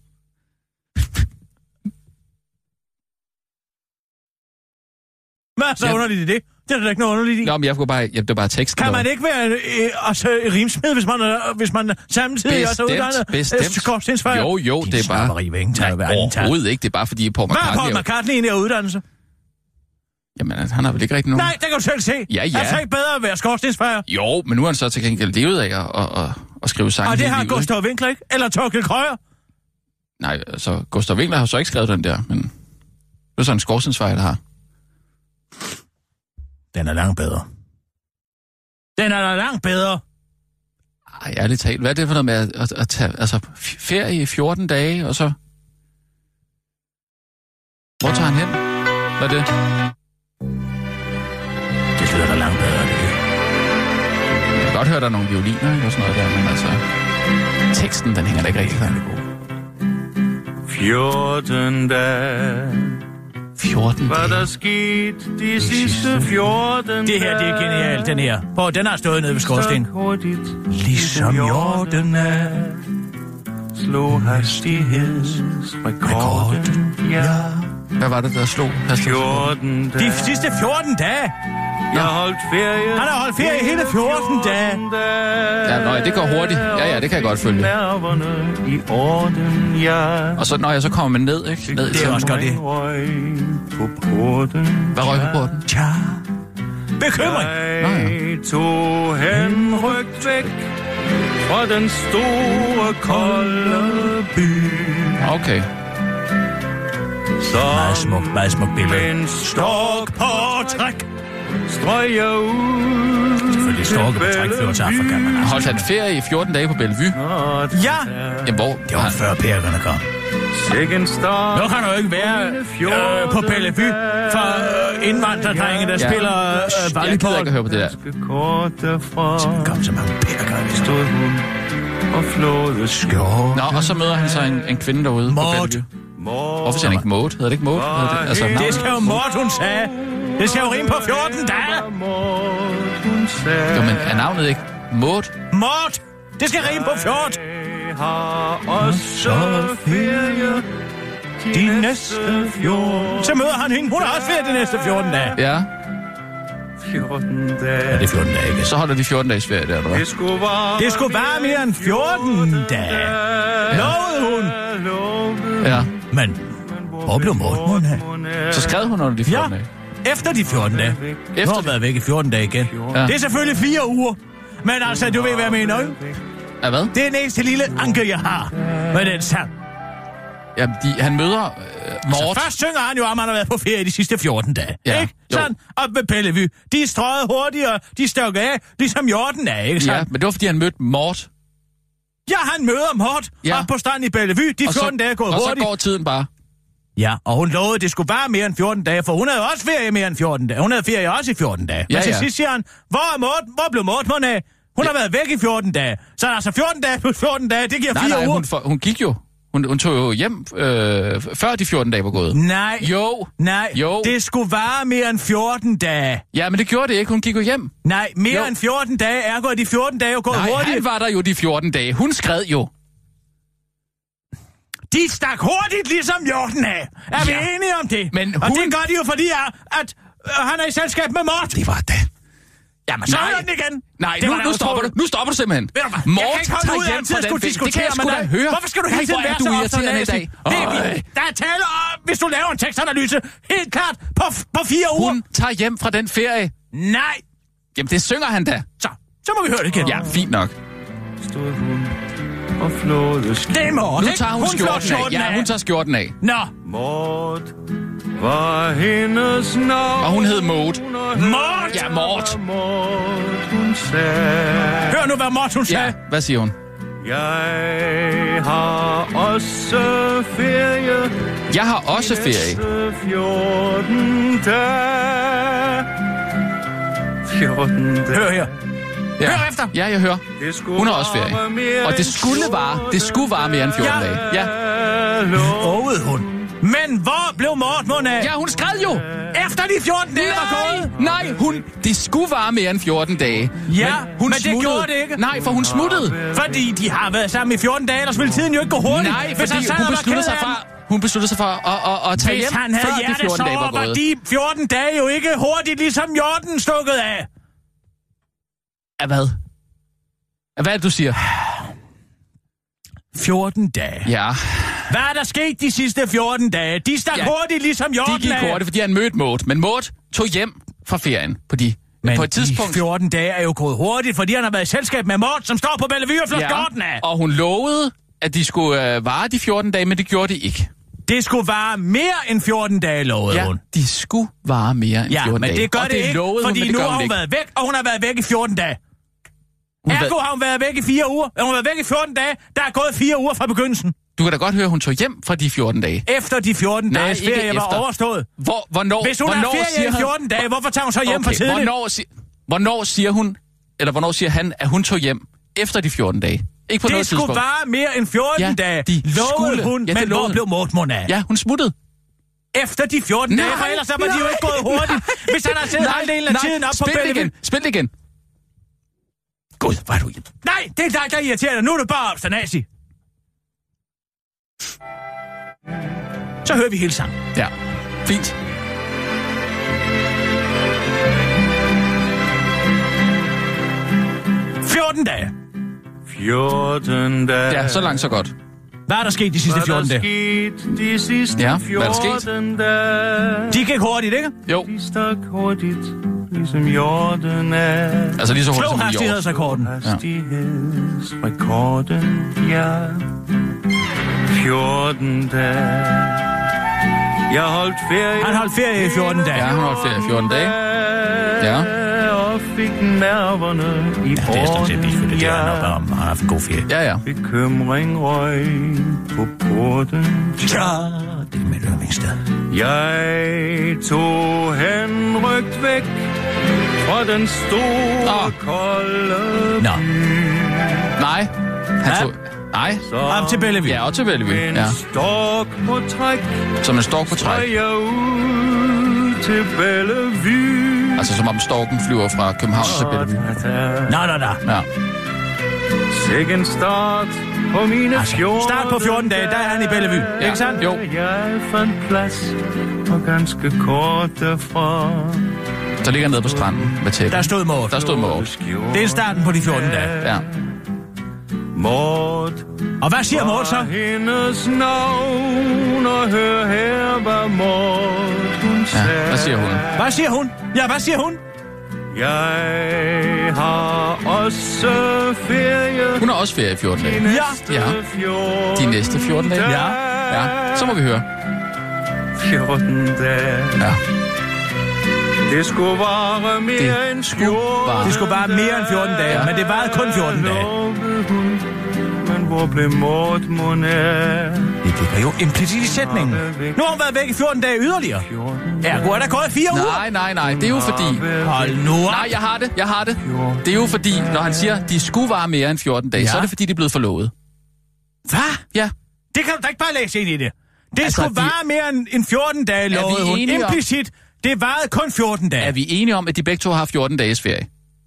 Hvad er så underligt i det? Det er da ikke noget underligt i. Nå, men det var bare teksten. Kan man ikke være rimsmed, hvis man samtidig også er uddannet skorstensfejer? Jo, det er bare... Overhovedet ikke, det er bare fordi Paul McCartney... Hvad er Paul McCartney egentlig af uddannelse? Jamen, han har vel ikke rigtig nogen... Nej, det kan du selv se. Ja. Er det ikke bedre at være skorstensfejer? Jo, men nu er han så til gengæld levet af at skrive sange. Og det har Gustav Winkler ikke? Eller Torkel Krøyer? Nej, altså Gustav Winkler har så ikke skrevet den der, men det er sådan en skorstensfejer, der har. Den er langt bedre. Den er langt bedre. Ej, ærligt talt. Hvad er det for noget med at tage ferie i 14 dage, og så... Hvor tager han hen? Hvad er det? Det lyder da langt bedre, det. Jeg kan godt høre, der er nogle violiner, ikke? Og sådan noget der, men altså... Teksten, den hænger da ikke rigtig særlig god. 14 dage. 14 Hvad der sket de sidste 14 Det her, det er genialt, den her. Prøv, den har stået nede ved skorsten. Ligesom jordene slog hastighedsrekorden, ja. Hvad var det, der slog hastighedsrekorden? De sidste 14 dage. Jeg har holdt ferie. Han har holdt ferie hele 14 dage. Ja, det går hurtigt. Ja, det kan jeg godt følge. I orden, ja. Og så, så kommer man ned, ikke? Ned det er også godt det. Hvad røg på porten? Tja. Bekymring. Jeg tog henrygt væk fra den store, kolde by. Okay. Meget smuk billede. En stok på træk strøg jeg ud. Selvfølgelig storke på træk før til Afrika. Holdt han ferie i 14 dage på Bellevue? Ja. Jamen, hvor? Det var før pærkerne kom. Nu kan du ikke være på Bellevue for indvandrerdrenge, der spiller volleyball. Jeg gider ikke høre på det der. Simpelthen kom så mange pærkerne. Stod hun og flåede skjort. Nå, og så møder han så en kvinde derude på Bellevue. Hvorfor siger han ikke Maud? Hedder det ikke Maud? Altså, det skal jo Maud, hun sagde. Det skal jo rime på 14 dage. Jo, men er navnet ikke Maud? Maud! Det skal rime på 14. Har også ferie de næste 14. Så møder han hende. Hun har også ferie de næste 14 dage. Ja. 14 dage. Ja, det er 14 dage, ikke? Så holder de 14 dages ferie der, eller hvad? Det skulle være mere end 14 dage. Lovede hun. Ja. Men hvor blev Maud af? Så skrev hun under de 14 dage? Efter de 14 dage. Nu har været væk i 14 dage igen. Ja. Det er selvfølgelig 4 uger. Men altså, du ved, hvad jeg mener, ikke? Ja, hvad? Det er næste lille anke, jeg har med den sang. Jamen, han møder Mort. Så først synger han jo om, han har været på ferie de sidste 14 dage. Ja, ikke? Sådan, op ved Bellevue. De er strøget hurtigere, de stukket af, ligesom Jorden er, ikke sådan? Ja, men det var, fordi han mødte Mort. Ja, han møder Mort op på stranden i Bellevue. De 14 dage er gået hurtigt. Og så går tiden bare. Ja, og hun lovede, at det skulle bare mere end 14 dage, for hun havde også ferie mere end 14 dage. Hun havde ferie også i 14 dage. Men til sidst siger han, hvor er Mort? Hvor blev Mort mon af? Hun har været væk i 14 dage. Så altså 14 dage plus 14 dage, det giver 4 uger. Hun gik jo. Hun tog jo hjem, før de 14 dage var gået. Nej. Jo. Det skulle vare mere end 14 dage. Ja, men det gjorde det ikke. Hun gik jo hjem. Nej, mere end 14 dage er gået. De 14 dage er gået hurtigt. Nej, han var der jo de 14 dage. Hun skred jo. De stak hurtigt, ligesom Jorden af. Er vi enige om det? Men og det gør de jo, fordi at han er i selskab med Mort. Det var det. Jamen, så hører den igen. Nej, nu stopper du. Nu stopper du simpelthen. Mort tager hjem fra den ferie. Det kan jeg sgu da høre. Hvorfor skal du hele tiden være så irriterende i dag? Der er tale om, hvis du laver en tekstanalyse, helt klart på 4 uger. Hun tager hjem fra den ferie. Nej. Jamen, det synger han da. Så må vi høre det igen. Ja, fint nok. Stod hun og flåede det er Mort, nu tager hun skjorten af. Ja, hun tager skjorten af. Nå. Mort var hendes navn. Og hun hed Maud. Mort? Ja, Mort. Hun sagde. Hør nu, hvad Mort hun sagde. Ja, hvad siger hun? Jeg har også ferie. Jeg har også ferie. 14 dage. 14 dage. Hør her. Ja. Hør efter. Ja, jeg hører. Hun har også ferie. Og det skulle vare mere end 14 dage. Ja. Lovede hun. Men hvor blev Mort mon af? Ja, hun skred jo. Efter de 14 dage var gået. Nej, det skulle vare mere end 14 dage. Ja, men det gjorde det ikke. Nej, for hun smuttede. Fordi de har været sammen i 14 dage, ellers ville tiden jo ikke gå hurtigt. Nej, fordi hun besluttede sig for at tage hjem, før de 14 dage var gået. De 14 dage jo ikke hurtigt, ligesom Jorden stukket af. Af hvad? Hvad er det, du siger? 14 dage. Ja. Hvad er der sket de sidste 14 dage? De stak hurtigt, ligesom Jorden. De gik hurtigt, fordi han mødte Maud. Men Maud tog hjem fra ferien på et tidspunkt. De 14 dage er jo gået hurtigt, fordi han har været i selskab med Maud, som står på Bellevue og flår skjorten af. Og hun lovede, at de skulle vare de 14 dage, men det gjorde de ikke. Det skulle vare mere end 14 dage, lovede hun. De skulle vare mere end 14 dage. Ja, men det gør det ikke, fordi nu har hun været væk, og hun har været væk i 14 dage. Ergo har hun været væk i 4 uger. Hun har været væk i 14 dage. Der er gået 4 uger fra begyndelsen. Du kan da godt høre, at hun tog hjem fra de 14 dage. Efter de 14 dages ferie var overstået. Hvis hun har ferie i 14 dage, hvorfor tager hun så hjem for tidligt? Hvornår siger han, at hun tog hjem efter de 14 dage? Ikke på noget tidspunkt. Det skulle vare mere end 14 dage. Lovede hun, men hvor blev Mort mon af? Ja, hun smuttede. Efter de 14 dage, for ellers var de jo ikke gået hurtigt. Hvis han har siddet halvdelen af tiden op på Bellevue. Spil igen. Gud, hvor er du hjemme. Nej, det er dig, der irriterer dig. Nu er du bare obsternasi. Så hører vi hele sammen. Ja, fint. Dage. 14 dage. Ja, så langt, så godt. Hvad er der sket de sidste 14 dage? De sidste ja, hvad er der sket? Dage. De gik hurtigt, ikke? Jo. De stak hurtigt, ligesom Jorden er. Altså lige så hurtigt som Jorden. Hastighedsrekorden. Hastighedsrekorden, ja. 14 dage. Jeg holdt ferie. Han holdt ferie i 14 dage. Ja, han holdt ferie i 14 dage. Ja. Og fik nerverne i det er stort set ikke, fordi han har haft en god ferie. Ja, ja. Bekymring røg på porten. Ja, det er mit yndlingssted. Jeg tog henrygt væk fra den store, kolde by. Nej, han tog... Nej. Op til Bellevue. Ja, op til Bellevue. Ja. En stork på træk. Som en stork på træk. Jeg ud til Bellevue. Altså som om storken flyver fra København til Bellevue. Nå. Ja. Sikken start på mine 14 start på 14 dage, der er han i Bellevue. Ja. Ikke sandt? Jo. Jeg fandt plads og ganske kort derfra. Så ligger han nede på stranden med tæppe. Der stod Mort. Det er starten på de 14 dage. Ja. Mort. Og hvad siger Mort så? Hendes navn, og hør her, hvad Mort hun sagde. Ja, hvad siger hun? Hvad siger hun? Ja, hvad siger hun? Jeg har også ferie. Hun har også ferie i 14 dage. Ja. De næste 14 dage. Ja. Ja, så må vi høre. 14 dage. Ja. Det skulle vare mere end 14. Det skulle bare mere end 14 dage, ja. Men det varede kun 14 dage. Men hvor blev Maud mon af? Det ligger jo implicit i sætningen. Nu har hun været væk i 14 dage yderligere. Ergo er der gået 4 uger. Nej. Det er jo fordi... Hold nu op. Nej, jeg har det. Det er jo fordi, når han siger, de skulle vare mere end 14 dage, så er det fordi, de er blevet forlovet. Hvad? Ja. Det kan du da ikke bare læse ind i det. Det skulle vare mere end 14 dage, lovede hun. Implicit. Det varede kun 14 dage. Er vi enige om, at de begge to har 14 dages ferie?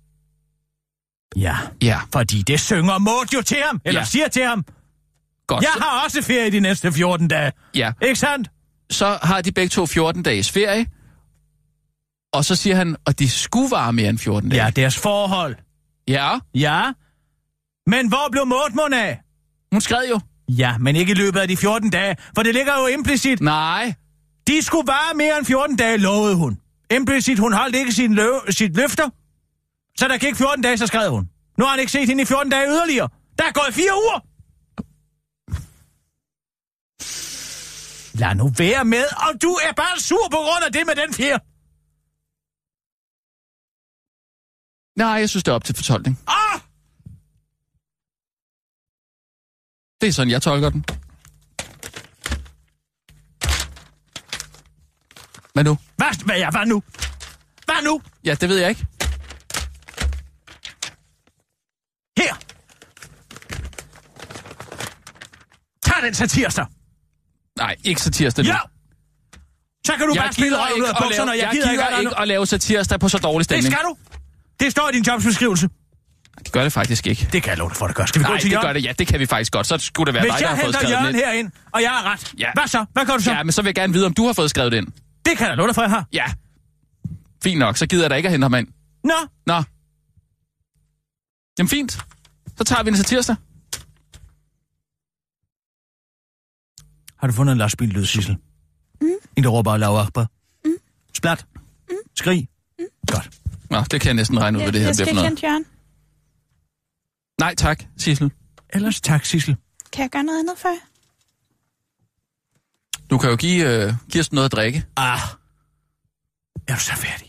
Ja. Fordi det synger Maud jo til ham. Eller siger til ham. Godt. Jeg har også ferie de næste 14 dage. Ja. Ikke sandt? Så har de begge to 14 dages ferie. Og så siger han, at de skulle vare mere end 14 dage. Ja, deres forhold. Ja. Men hvor blev Maud af? Hun skrev jo. Ja, men ikke i løbet af de 14 dage, for det ligger jo implicit. Nej. De skulle vare mere end 14 dage, lovede hun. Implicit, hun holdt ikke sit løfter. Så der gik 14 dage, så skrev hun. Nu har han ikke set hende i 14 dage yderligere. Der er gået 4 uger. Lad nu være med, og du er bare sur på grund af det med den fjer. Nej, jeg synes, det er op til fortolkning. Det er sådan, jeg tolker den. Hvad nu? Hvad nu? Ja, det ved jeg ikke. Her. Tag den satirsdag. Nej, ikke satirsdag nu. Ja. Så kan du bare spille røvlet af bukserne, og jeg gider ikke at lave satirsdag på så dårlig stemning. Det skal du. Det står i din jobsbeskrivelse. Det gør det faktisk ikke. Det kan jeg love dig for, det gør. Skal vi gå til Jørgen? Nej, det gør det. Ja, det kan vi faktisk godt. Så skulle det være dig, der har fået skrevet Jørgen den ind. herind, og jeg har ret. Ja. Hvad så? Hvad gør du så? Ja, men så vil jeg gerne vide, om du har fået skrevet det ind. Det kan jeg love dig for, jeg har. Ja. Fint nok, så gider jeg da ikke at hente ham ind. Nå. Jamen fint. Så tager vi den til tirsdag. Har du fundet en lastbil-lyd, Sissel? En, der råber Allahu Akbar? Splat? Skrig? Godt. Nå, det kan jeg næsten regne ud, hvad det her bliver for noget. Jørgen. Nej, tak, Sissel. Ellers tak, Sissel. Kan jeg gøre noget andet for jer? Du kan jo give Kirsten noget at drikke. Er du så færdig?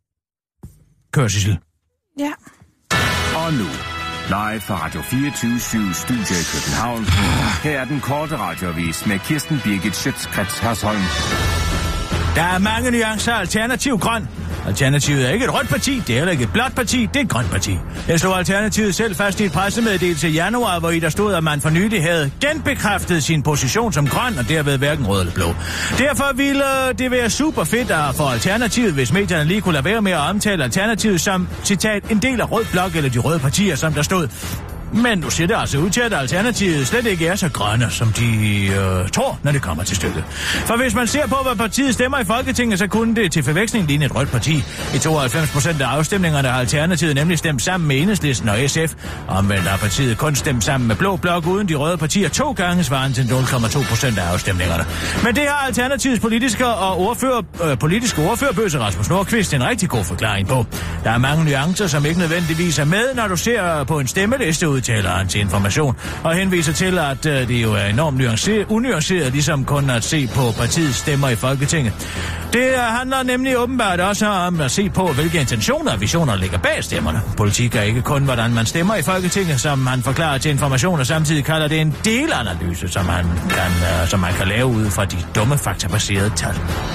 Kør, Sissel. Ja. Og nu, live fra Radio 24/7 Studio i København. Her er den korte radioavis med Kirsten Birgit Schøtz-Krets Hørsholm. Der er mange nuancer af Alternativ Grøn. Alternativet er ikke et rødt parti, det er heller ikke et blåt parti, det er et grønt parti. Jeg slog Alternativet selv fast i et pressemeddelelse i januar, hvor i der stod, at man for nylig havde genbekræftet sin position som grøn, og derved hverken rød eller blå. Derfor ville det være super fedt for Alternativet, hvis medierne lige kunne lade være med at omtale Alternativet som, citat, en del af rød blok eller de røde partier, som der stod. Men nu ser det altså ud til, at Alternativet slet ikke er så grønne, som de tror, når det kommer til stykket. For hvis man ser på, hvad partiet stemmer i Folketinget, så kunne det til forveksling ligne et rødt parti. I 92% af afstemningerne har Alternativet nemlig stemt sammen med Enhedslisten og SF. Omvendt har partiet kun stemt sammen med Blå Blok uden de røde partier 2 gange, svarende til 0,2% af afstemningerne. Men det har Alternativets politiske ordfører Bøsse Rasmus Nordqvist en rigtig god forklaring på. Der er mange nuancer, som ikke nødvendigvis er med, når du ser på en stemmeliste, udtaler han til Information, og henviser til, at det jo er enormt unuanceret, ligesom kun at se på partiets stemmer i Folketinget. Det handler nemlig åbenbart også om at se på, hvilke intentioner og visioner ligger bag stemmerne. Politik er ikke kun, hvordan man stemmer i Folketinget, som han forklarer til Information, og samtidig kalder det en delanalyse, som man kan lave ud fra de dumme faktabaserede tal.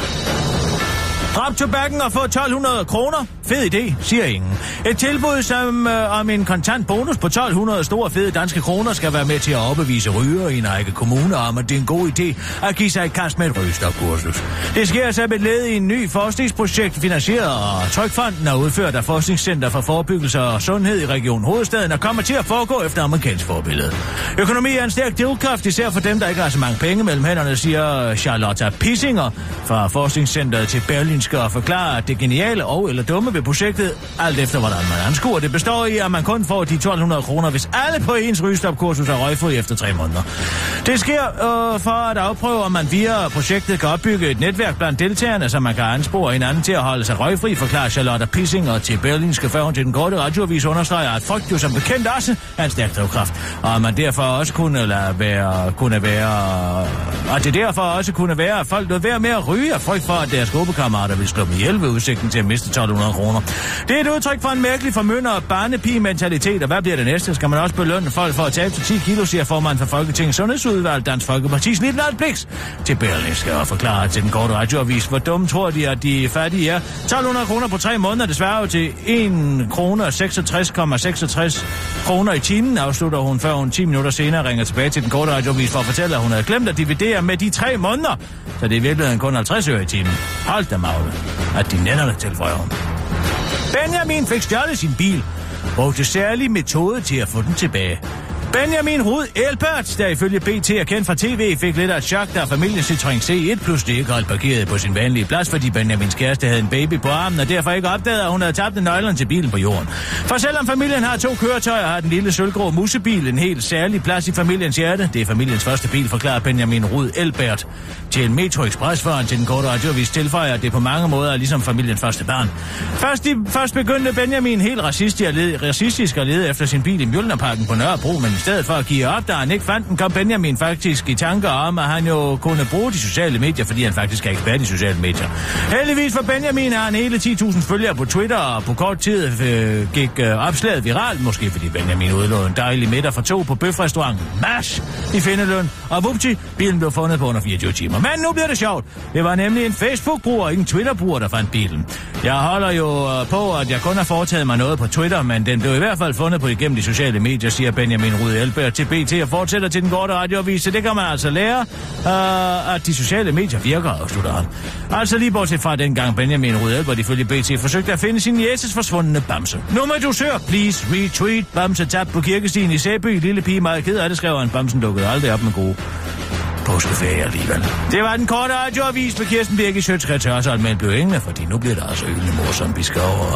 Drop tobakken og få 1.200 kroner. Fed idé, siger ingen. Et tilbud som om en kontant bonus på 1.200 store fede danske kroner skal være med til at overbevise rygere i en række kommuner om, at det er en god idé at give sig et kast med et rygestopkursus. Det sker altså med led i en ny forskningsprojekt finansieret af Trygfonden og udført af Forskningscenter for Forebyggelse og Sundhed i Region Hovedstaden og kommer til at foregå efter amerikansk forbillede. Økonomi er en stærk drivkraft, især for dem, der ikke har så mange penge mellem hænderne, siger Charlotte Pissinger fra Forskningscenteret til Berlin Berlingske og forklarer, at det geniale og eller dumme ved projektet, alt efter hvordan man anskuer det, består i, at man kun får de 1.200 kroner, hvis alle på ens rygestopkursus er røgfri efter 3 måneder. Det sker for at afprøve, om man via projektet kan opbygge et netværk blandt deltagerne, så man kan anspore hinanden til at holde sig røgfri, forklarer Charlotte Pissinger til Berlingske, før hun til den korte radioavis understreger, at frygt jo som bekendt også er en stærk drivkraft, og man derfor også kunne være, at folk lod være med at ryge af frygt for, at deres gruppekammerater vil slå dem ihjel ved udsigten til at miste 1.200 kroner. Det er et udtryk for en mærkelig formynder og barnepige-mentalitet, og hvad bliver det næste? Skal man også belønne folk for at tabe til 10 kilo, siger formanden for Folketingets Sundhedsudvalg, Dansk Folkepartis Litlad Blix til Berlingske og forklare til den korte radioavis, hvor dumme tror de, at de fattige er. 1.200 kroner på 3 måneder, det svarer jo til 1 kroner 66,66 kroner i timen, afslutter hun, før hun 10 minutter senere ringer tilbage til den korte radioavis for at fortælle, at hun havde glemt at dividere med de 3 måneder, så det er i virkeligheden kun 50 øre i timen. Hold da magle, at de netterne tilføjer hun. Benjamin fik stjålet sin bil, brugte særlig metode til at få den tilbage. Benjamin Rud Elbert, der ifølge BT er kendt fra TV, fik lidt af et chok, da familien Citroën C1 pludselig ikke holdt parkeret på sin vanlige plads, fordi Benjamins kæreste havde en baby på armen, og derfor ikke opdagede, at hun havde tabt nøglerne til bilen på jorden. For selvom familien har 2 køretøjer, har den lille sølvgrå musebil en helt særlig plads i familiens hjerte. Det er familiens første bil, forklarer Benjamin Rud Elbert til en Metro Express-føren til den korte radioavis tilføjer, at det på mange måder er ligesom familiens første barn. Først begyndte Benjamin helt racistisk at lede efter sin bil i Mjølnerparken på Nørrebro, men i stedet for at give op, da han ikke fandt den, kom Benjamin faktisk i tanker om, at han jo kunne bruge de sociale medier, fordi han faktisk er ekspert i sociale medier. Heldigvis for Benjamin har han hele 10.000 følgere på Twitter, og på kort tid gik opslaget viralt, måske fordi Benjamin udlod en dejlig middag for 2 på bøfrestauranten MASH i Findeløn, og vupti, bilen blev fundet på under 24 timer. Men nu bliver det sjovt. Det var nemlig en Facebook-bruger, ikke en Twitter-bruger, der fandt bilen. Jeg holder jo på, at jeg kun har foretaget mig noget på Twitter, men den blev i hvert fald fundet på igennem de sociale medier, siger Benjamin Rud Elbert til BT og fortsætter til den korte radioavis. Så det kan man altså lære, at de sociale medier virker, afslutter han. Altså lige bortset fra dengang Benjamin Rud Elbert ifølge BT forsøgte at finde sin jæses forsvundne bamse. Nu må du sør, please retweet. Bamse tabt på kirkestien i Sæby. Lille pige meget ked af det, skrev han. Bamsen dukkede aldrig op med gode påskeferie alligevel. Det var den korte radioavis med Kirsten Birgit Schøtz-Krets Hørsholm, men blev hængende, fordi nu bliver der altså ølende morsomt, vi skal over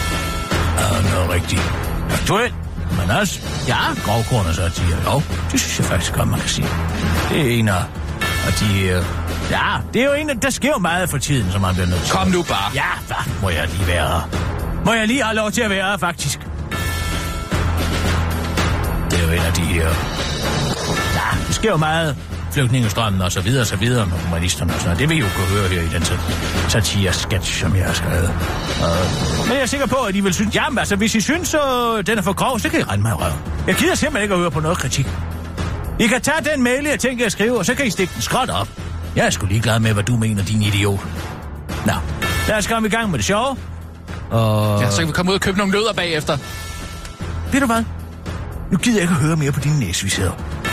noget rigtig aktuelt. Men også, ja, grovkorn og satire. Jo, det synes jeg faktisk godt, man kan sige. Det er en af de... ja, det er jo en af... Der sker jo meget for tiden, som man bliver nødt til. Kom nu bare. Ja, hvad må jeg lige være? Må jeg lige have lov til at være, faktisk? Det er jo en af de her... Ja, det sker jo meget... Flygtningestrømmen og så videre med humanisterne og sådan noget. Det vil I jo kunne høre her i den satire-sketch, som jeg har skrevet. Men jeg er sikker på, at I vil synes... Jamen altså, hvis I synes, den er for grov, så kan I rende mig i røven. Jeg gider simpelthen ikke at høre på noget kritik. I kan tage den mail, jeg tænker, jeg skriver, og så kan I stikke den skråt op. Jeg er sgu ligeglad med, hvad du mener, din idiot. Nå, lad os komme i gang med det sjove. Ja, så kan vi komme ud og købe nogle nødder bagefter. Ved du hvad? Nu gider jeg ikke at høre mere på dine næsvisheder.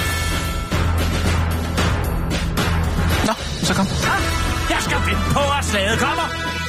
Nå, så kom. Jeg skal vente på, at slaget kommer.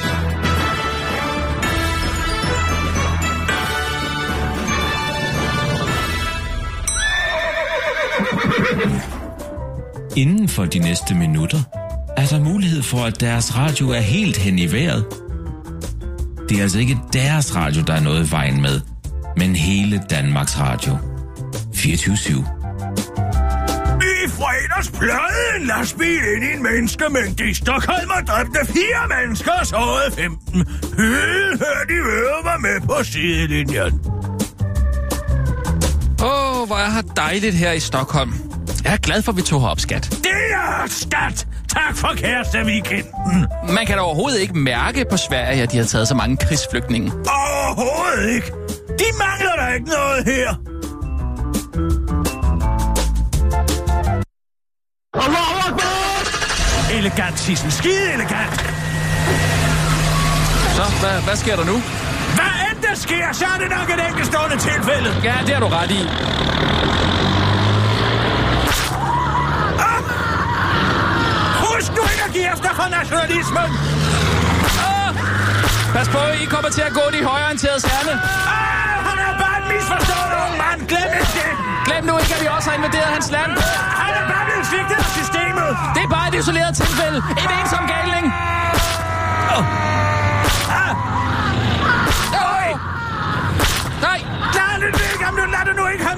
Inden for de næste minutter er der mulighed for, at deres radio er helt hen i vejret. Det er altså ikke deres radio, der er noget i vejen med, men hele Danmarks Radio. 24/7. I fredags pløjede en lastbil ind i en menneskemængde i Stockholm og dræbte 4 mennesker og sårede 15. Hørte var med på sidelinjen. Hvor er her dejligt her i Stockholm. Jeg er glad for, at vi tog herop, skat. Det er skat! Tak for kæreste weekenden. Man kan da overhovedet ikke mærke på Sverige, at de har taget så mange krigsflygtninge. Overhovedet ikke. De mangler der ikke noget her. Elegant, Sissel. Skide elegant. Så, hvad sker der nu? Hvad end der sker, så er det nok et enkeltstående tilfælde. Ja, det har du ret i. Husk nu ikke at give efter for nationalismen. Pas på, I kommer til at gå de højreorienteredes ærne. Han er bare en misforstået ung mand. Glem ikke det. Glem nu ikke, at vi også har invaderet hans land. Han er bare blevet svigtet af systemet. Det er bare et isoleret tilfælde. En ensom galning.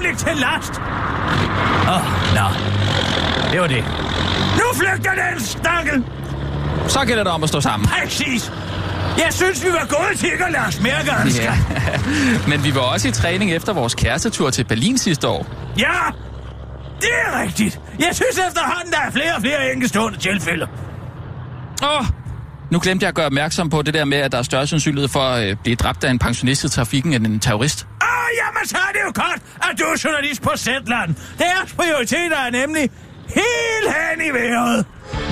øjeblik til last. Nå. Det var det. Nu flygter den stakkel. Så gælder det om at stå sammen. Præcis. Jeg synes, vi var gode til at lade os mærke, Ansgar. Ja. Men vi var også i træning efter vores kærestetur til Berlin sidste år. Ja, det er rigtigt. Jeg synes efterhånden, der er flere og flere enkeltstående tilfælde. Nu glemte jeg at gøre opmærksom på det der med, at der er større sandsynlighed for at blive dræbt af en pensionist i trafikken end en terrorist. Jamen så er det jo godt, at du er journalist på Zetland. Deres prioriteter er nemlig helt hen i vejret.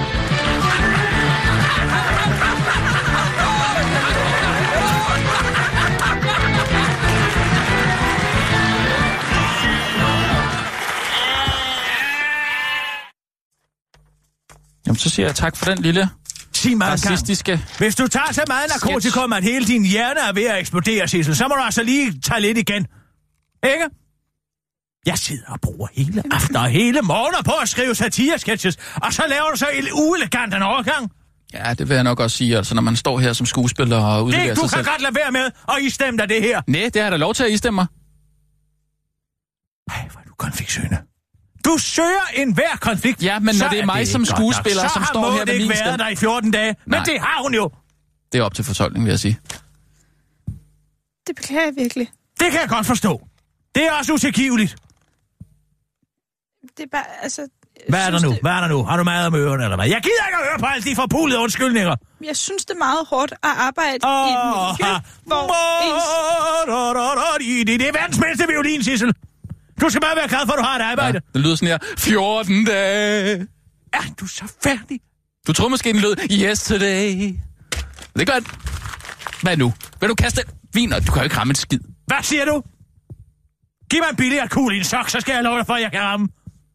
Jamen, så siger jeg tak for den lille racistiske... Hvis du tager så meget narkotikum, at hele din hjerne er ved at eksplodere, Sissel, så må du altså lige tage lidt igen. Ikke? Jeg sidder og bruger hele aften og hele morgener på at skrive satire-sketches, og så laver du så en uelegant en overgang. Ja, det vil jeg nok også sige, altså, når man står her som skuespiller og udleverer sig selv. Du kan godt lade være med at istemme dig det her. Nej, det har jeg da lov til at istemme mig. Ej, hvor er du konfliktsøgende. Du søger enhver konflikt. Ja, men når det er mig som skuespiller, som står her med min stemme. Så har Maud ikke været der i 14 dage, men det har hun jo. Det er op til fortolkning, vil jeg sige. Det beklager jeg virkelig. Det kan jeg godt forstå. Det er også utilgiveligt. Det er bare, altså... Hvad er der nu? Har du meget om ørerne, eller hvad? Jeg gider ikke at høre på alle de forpulede undskyldninger. Jeg synes, det er meget hårdt at arbejde i et miljø, hvor Det er verdens mindste violin, Sissel. Du skal bare være glad for, at du har et arbejde. Ja, det lyder sådan her. 14 dage. Er du så færdig? Du tror måske, den lød yesterday. Det er godt. Hvad nu? Vil du kaste den vin, og du kan jo ikke ramme et skid. Hvad siger du? Giv mig en billigere kugle i en sok, så skal jeg love dig for, at jeg kan ramme.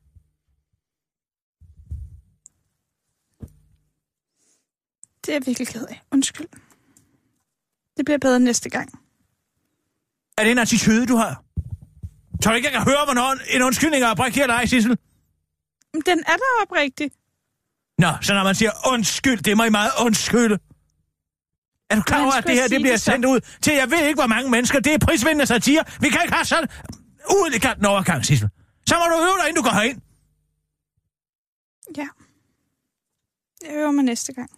Det er jeg virkelig ked af. Undskyld. Det bliver bedre næste gang. Er det en attitude, du har? Så ikke jeg kan høre, hvornår en undskyldning er oprigtig eller ej, Sissel? Den er der oprigtig. Nå, så når man siger undskyld, det må I meget undskylde. Er du klar over, at det her det bliver sendt ud til, jeg ved ikke, hvor mange mennesker, det er prisvindende satire. Vi kan ikke have sådan uelegant en overgang, Sissel. Så må du øve dig, inden du går herind. Ja. Jeg øver mig næste gang.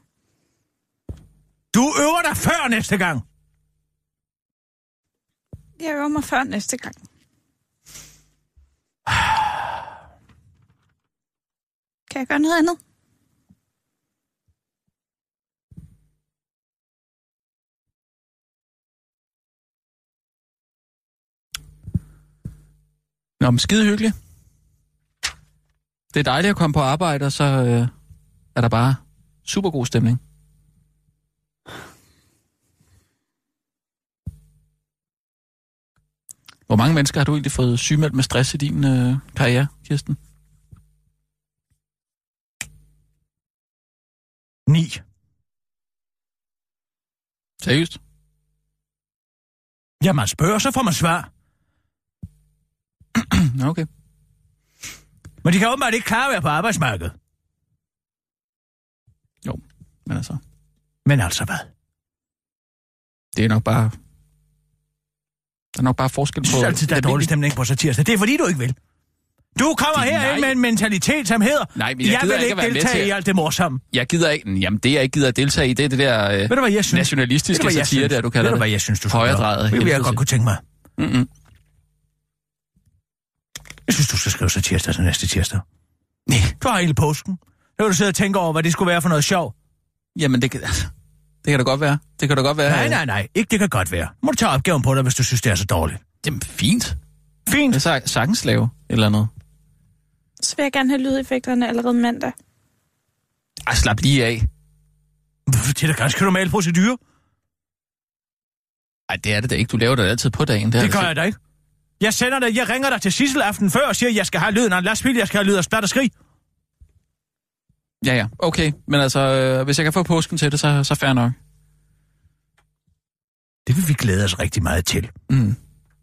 Du øver dig før næste gang. Jeg øver mig før næste gang. Kan jeg gøre noget andet? Nå, men skide hyggeligt. Det er dejligt at komme på arbejde, og så er der bare super god stemning. Hvor mange mennesker har du egentlig fået sygemeldt med stress i din karriere, Kirsten? 9. Seriøst? Ja, man spørger, så får man svar. Okay. Men de kan åbenbart ikke klare at være på arbejdsmarkedet. Jo, men altså... Men altså hvad? Det er nok bare... Der er nok bare forskel på... Jeg synes altid, der er dårlig stemning på satirsdag. Det er fordi, du ikke vil. Du kommer herind med en mentalitet, som hedder... Nej, men jeg vil ikke deltage i alt det morsomme. Jeg gider ikke... Jamen, det jeg ikke gider at deltage i, det er det der ved du, hvad jeg synes? nationalistiske satire, der du kalder det. Ved du, hvad jeg synes, du skal højredrejet. Det vil jeg godt kunne tænke mig. Mm-mm. Jeg synes, du skal skrive satirsdag til næste tirsdag. Nej. Du har hele påsken. Nu vil du sidde og tænke over, hvad det skulle være for noget sjov. Jamen, det kan da godt være. Det kan da godt være. Nej. Ikke det kan godt være. Må du tage opgaven på dig, hvis du synes, det er så dårligt. Jamen, fint. Fint. Jeg sagtens lave et eller andet. Så vil jeg gerne have lydeffekterne allerede mandag. Ej, slap lige af. Det er da ganske normal procedure. Ej, det er det da ikke. Du laver det altid på dagen. Det gør jeg da ikke. Jeg ringer dig til Sissel aften før og siger, at jeg skal have lyden af en lastbil, jeg skal have lyd af splat og skrig. Ja, okay. Men altså, hvis jeg kan få påsken til det, så fair nok. Det vil vi glæde os rigtig meget til. Mm.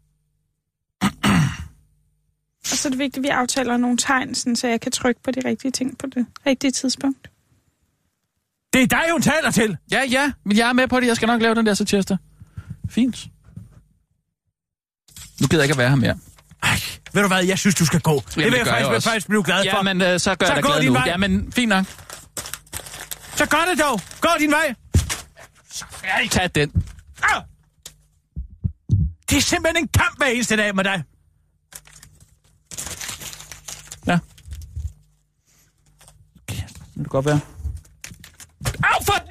Og så er det vigtigt, at vi aftaler nogle tegn, så jeg kan trykke på de rigtige ting på det rigtige tidspunkt. Det er dig, hun taler til. Ja, men jeg er med på det. Jeg skal nok lave den der satirsdag. Fint. Nu gider jeg ikke at være her mere. Ej, Ved du hvad, jeg synes, du skal gå. Jamen, det vil jeg faktisk blive glad for. Jamen, så gør jeg dig glad nu. Jamen, fint nok. Så gør det dog. Gå din vej. Så færdig. Tag den. Det er simpelthen en kamp hver eneste dag med dig. Ja. Det kan godt være. Au for